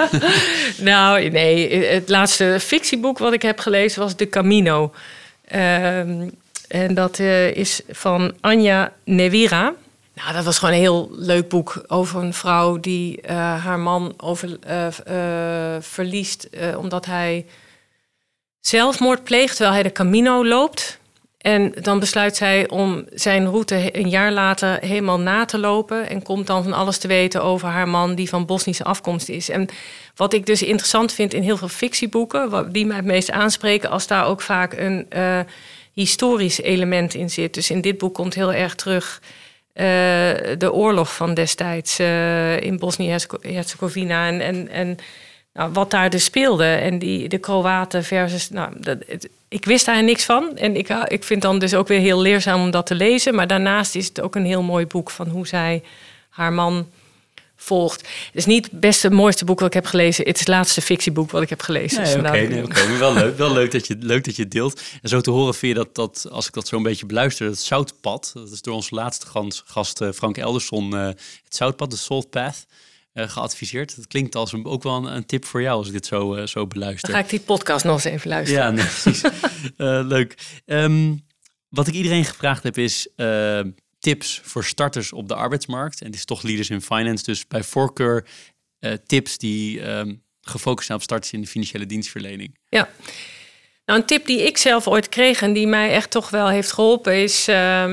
Nou, nee. Het laatste fictieboek wat ik heb gelezen was De Camino. Uh, en dat uh, is van Anja Nevira. Nou, dat was gewoon een heel leuk boek over een vrouw die uh, haar man over, uh, uh, verliest uh, omdat hij zelfmoord pleegt terwijl hij de Camino loopt. En dan besluit zij om zijn route een jaar later helemaal na te lopen en komt dan van alles te weten over haar man die van Bosnische afkomst is. En wat ik dus interessant vind in heel veel fictieboeken, die mij het meest aanspreken, als daar ook vaak een uh, historisch element in zit. Dus in dit boek komt heel erg terug Uh, de oorlog van destijds uh, in Bosnië-Herzegovina en, en, en nou, wat daar dus speelde. En die, de Kroaten versus... Nou, dat, het, ik wist daar niks van. En ik, ik vind dan dus ook weer heel leerzaam om dat te lezen. Maar daarnaast is het ook een heel mooi boek van hoe zij haar man volgt. Het is niet het beste, mooiste boek wat ik heb gelezen. Het is het laatste fictieboek wat ik heb gelezen. Nee, dus Oké, okay, nee, okay. Maar wel leuk. Wel leuk dat je, leuk dat je het deelt. En zo te horen vind je dat, dat als ik dat zo een beetje beluister, het Zoutpad, dat is door onze laatste gast, gast Frank Elderson, uh, het Zoutpad, de Salt Path, uh, geadviseerd. Dat klinkt als een, ook wel een, een tip voor jou als ik dit zo, uh, zo beluister. Dan ga ik die podcast nog eens even luisteren. Ja, nee, precies. uh, leuk. Um, wat ik iedereen gevraagd heb is Uh, tips voor starters op de arbeidsmarkt. En het is toch Leaders in Finance, dus bij voorkeur uh, tips die um, gefocust zijn op starters in de financiële dienstverlening. Ja, nou een tip die ik zelf ooit kreeg en die mij echt toch wel heeft geholpen is, Um,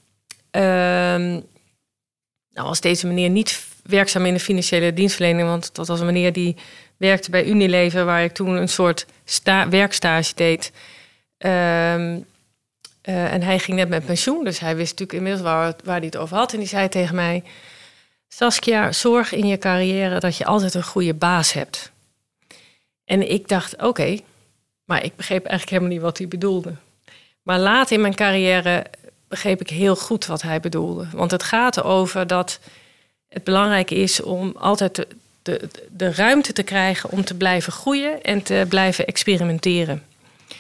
um, nou was deze meneer niet werkzaam in de financiële dienstverlening, want dat was een meneer die werkte bij Unilever, waar ik toen een soort sta- werkstage deed. Um, Uh, en hij ging net met pensioen, dus hij wist natuurlijk inmiddels waar, waar hij het over had. En die zei tegen mij, Saskia, zorg in je carrière dat je altijd een goede baas hebt. En ik dacht, oké, okay, maar ik begreep eigenlijk helemaal niet wat hij bedoelde. Maar later in mijn carrière begreep ik heel goed wat hij bedoelde. Want het gaat erover dat het belangrijk is om altijd de, de, de ruimte te krijgen om te blijven groeien en te blijven experimenteren.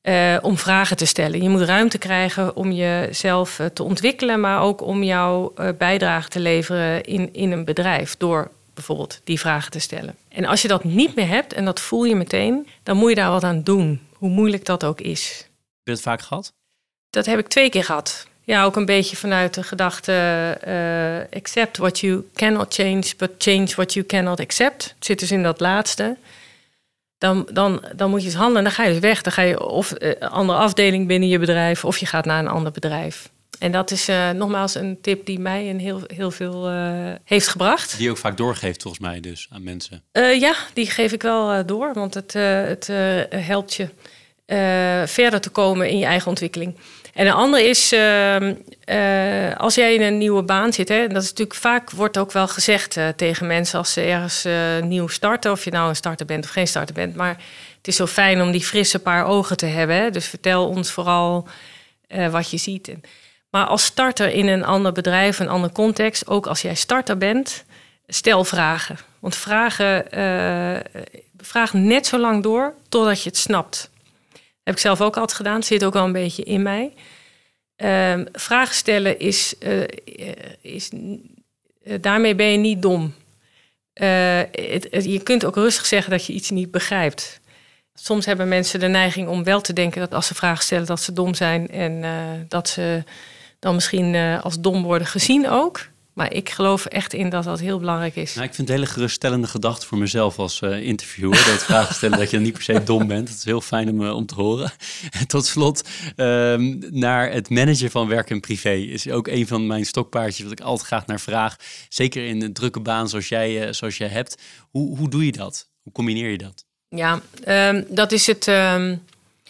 Uh, om vragen te stellen. Je moet ruimte krijgen om jezelf uh, te ontwikkelen, maar ook om jouw uh, bijdrage te leveren in, in een bedrijf door bijvoorbeeld die vragen te stellen. En als je dat niet meer hebt, en dat voel je meteen, dan moet je daar wat aan doen, hoe moeilijk dat ook is. Heb je dat vaak gehad? Dat heb ik twee keer gehad. Ja, ook een beetje vanuit de gedachte uh, accept what you cannot change, but change what you cannot accept. Het zit dus in dat laatste. Dan, dan, dan moet je eens handelen en dan ga je dus weg. Dan ga je of een andere afdeling binnen je bedrijf of je gaat naar een ander bedrijf. En dat is uh, nogmaals een tip die mij een heel, heel veel uh, heeft gebracht. Die je ook vaak doorgeeft volgens mij dus aan mensen. Uh, ja, die geef ik wel uh, door, want het, uh, het uh, helpt je uh, verder te komen in je eigen ontwikkeling. En een ander is, uh, uh, als jij in een nieuwe baan zit, hè, dat is natuurlijk vaak wordt ook wel gezegd uh, tegen mensen als ze ergens uh, nieuw starten, of je nou een starter bent of geen starter bent, maar het is zo fijn om die frisse paar ogen te hebben. Hè, dus vertel ons vooral uh, wat je ziet. Maar als starter in een ander bedrijf, een ander context, ook als jij starter bent, stel vragen. Want vragen, uh, vraag net zo lang door totdat je het snapt. Heb ik zelf ook altijd gedaan. Het zit ook wel een beetje in mij. Uh, vragen stellen is... Uh, is uh, daarmee ben je niet dom. Uh, het, het, je kunt ook rustig zeggen dat je iets niet begrijpt. Soms hebben mensen de neiging om wel te denken dat als ze vragen stellen dat ze dom zijn. En uh, dat ze dan misschien uh, als dom worden gezien ook. Maar ik geloof echt in dat dat heel belangrijk is. Nou, ik vind het een hele geruststellende gedachte voor mezelf als uh, interviewer. Dat vragen stellen dat je niet per se dom bent. Dat is heel fijn om, uh, om te horen. En tot slot, um, naar het managen van werk en privé is ook een van mijn stokpaardjes wat ik altijd graag naar vraag. Zeker in een drukke baan zoals jij, uh, zoals jij hebt. Hoe, hoe doe je dat? Hoe combineer je dat? Ja, um, dat is het um,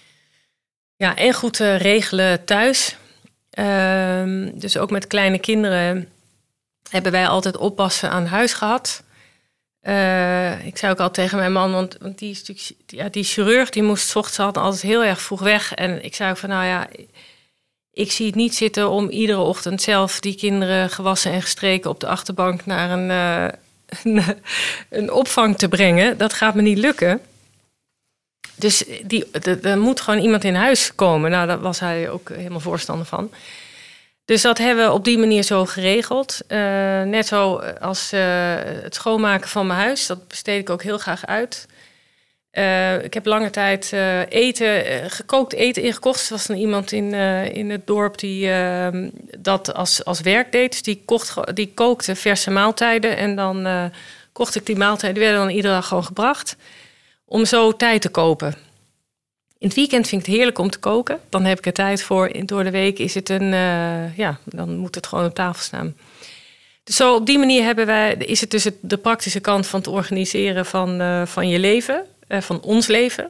ja, en goed uh, regelen thuis. Um, dus ook met kleine kinderen hebben wij altijd oppassen aan huis gehad. Uh, ik zei ook al tegen mijn man, want, want die, is natuurlijk, ja, die chirurg die moest 's ochtends altijd heel erg vroeg weg. En ik zei ook van, nou ja, ik zie het niet zitten om iedere ochtend zelf die kinderen gewassen en gestreken op de achterbank naar een, uh, een, een opvang te brengen. Dat gaat me niet lukken. Dus die, er moet gewoon iemand in huis komen. Nou, daar was hij ook helemaal voorstander van. Dus dat hebben we op die manier zo geregeld. Uh, net zo als uh, het schoonmaken van mijn huis. Dat besteed ik ook heel graag uit. Uh, ik heb lange tijd uh, eten, uh, gekookt eten ingekocht. Er was dan iemand in, uh, in het dorp die uh, dat als, als werk deed. Dus die, kocht, die kookte verse maaltijden. En dan uh, kocht ik die maaltijden. Die werden dan iedere dag gewoon gebracht. Om zo tijd te kopen. In het weekend vind ik het heerlijk om te koken. Dan heb ik er tijd voor. Door de week is het een, uh, ja, dan moet het gewoon op tafel staan. Dus zo op die manier hebben wij, is het dus het, de praktische kant van het organiseren van, uh, van je leven, uh, van ons leven.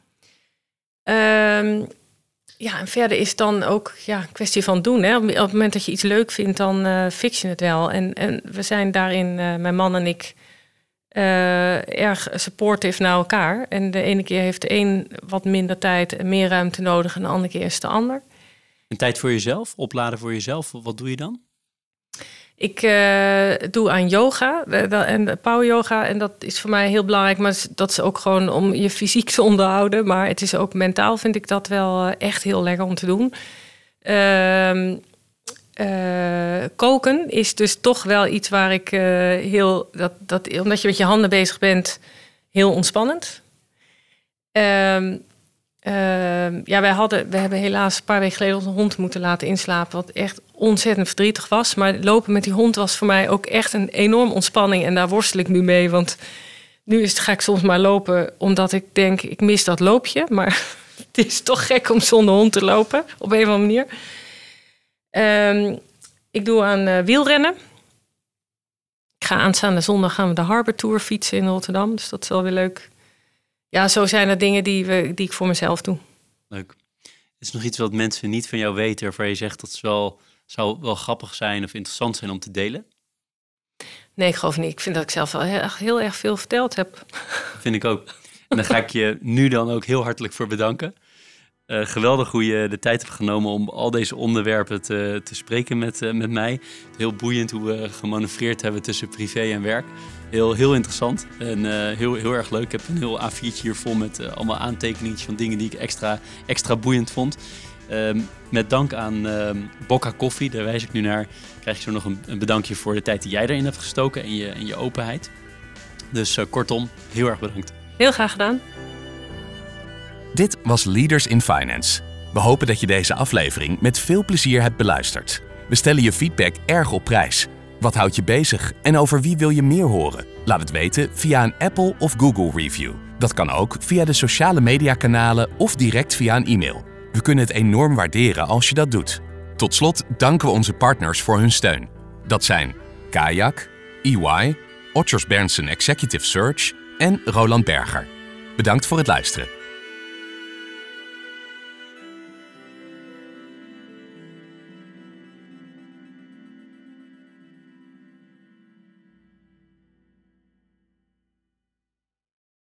Um, ja, en verder is het dan ook ja, een kwestie van doen. Hè. Op, op het moment dat je iets leuk vindt, dan uh, fix je het wel. En, en we zijn daarin, uh, mijn man en ik, Uh, erg supportive naar elkaar. En de ene keer heeft de een wat minder tijd en meer ruimte nodig en de andere keer is de ander. En tijd voor jezelf, opladen voor jezelf, wat doe je dan? Ik uh, doe aan yoga en power yoga en dat is voor mij heel belangrijk. Maar dat is ook gewoon om je fysiek te onderhouden. Maar het is ook mentaal vind ik dat wel echt heel lekker om te doen. Uh, Uh, koken is dus toch wel iets waar ik uh, heel... Dat, dat, omdat je met je handen bezig bent, heel ontspannend. Uh, uh, ja, wij, hadden, we hebben helaas een paar weken geleden onze hond moeten laten inslapen, wat echt ontzettend verdrietig was. Maar lopen met die hond was voor mij ook echt een enorm ontspanning. En daar worstel ik nu mee, want nu is het, ga ik soms maar lopen omdat ik denk, ik mis dat loopje. Maar het is toch gek om zonder hond te lopen, op een of andere manier. Um, ik doe aan uh, wielrennen. Ik ga aanstaande zondag gaan we de Harbor Tour fietsen in Rotterdam. Dus dat is wel weer leuk. Ja, zo zijn er dingen die, we, die ik voor mezelf doe. Leuk. Is er nog iets wat mensen niet van jou weten, waarvan je zegt dat het wel, zou wel grappig zijn of interessant zijn om te delen? Nee, ik geloof niet. Ik vind dat ik zelf wel heel, heel erg veel verteld heb. Vind ik ook. En daar ga ik je nu dan ook heel hartelijk voor bedanken. Uh, geweldig hoe je de tijd hebt genomen om al deze onderwerpen te, te spreken met, uh, met mij. Heel boeiend hoe we gemanoeuvreerd hebben tussen privé en werk. Heel, heel interessant en uh, heel, heel erg leuk. Ik heb een heel A viertje hier vol met uh, allemaal aantekeningen van dingen die ik extra, extra boeiend vond. Uh, met dank aan uh, Bocca Koffie, daar wijs ik nu naar, krijg je zo nog een, een bedankje voor de tijd die jij erin hebt gestoken en je, en je openheid. Dus uh, kortom, heel erg bedankt. Heel graag gedaan. Dit was Leaders in Finance. We hopen dat je deze aflevering met veel plezier hebt beluisterd. We stellen je feedback erg op prijs. Wat houdt je bezig en over wie wil je meer horen? Laat het weten via een Apple of Google review. Dat kan ook via de sociale mediakanalen of direct via een e-mail. We kunnen het enorm waarderen als je dat doet. Tot slot danken we onze partners voor hun steun. Dat zijn Kayak, E Y, Otters Berndsen Executive Search en Roland Berger. Bedankt voor het luisteren.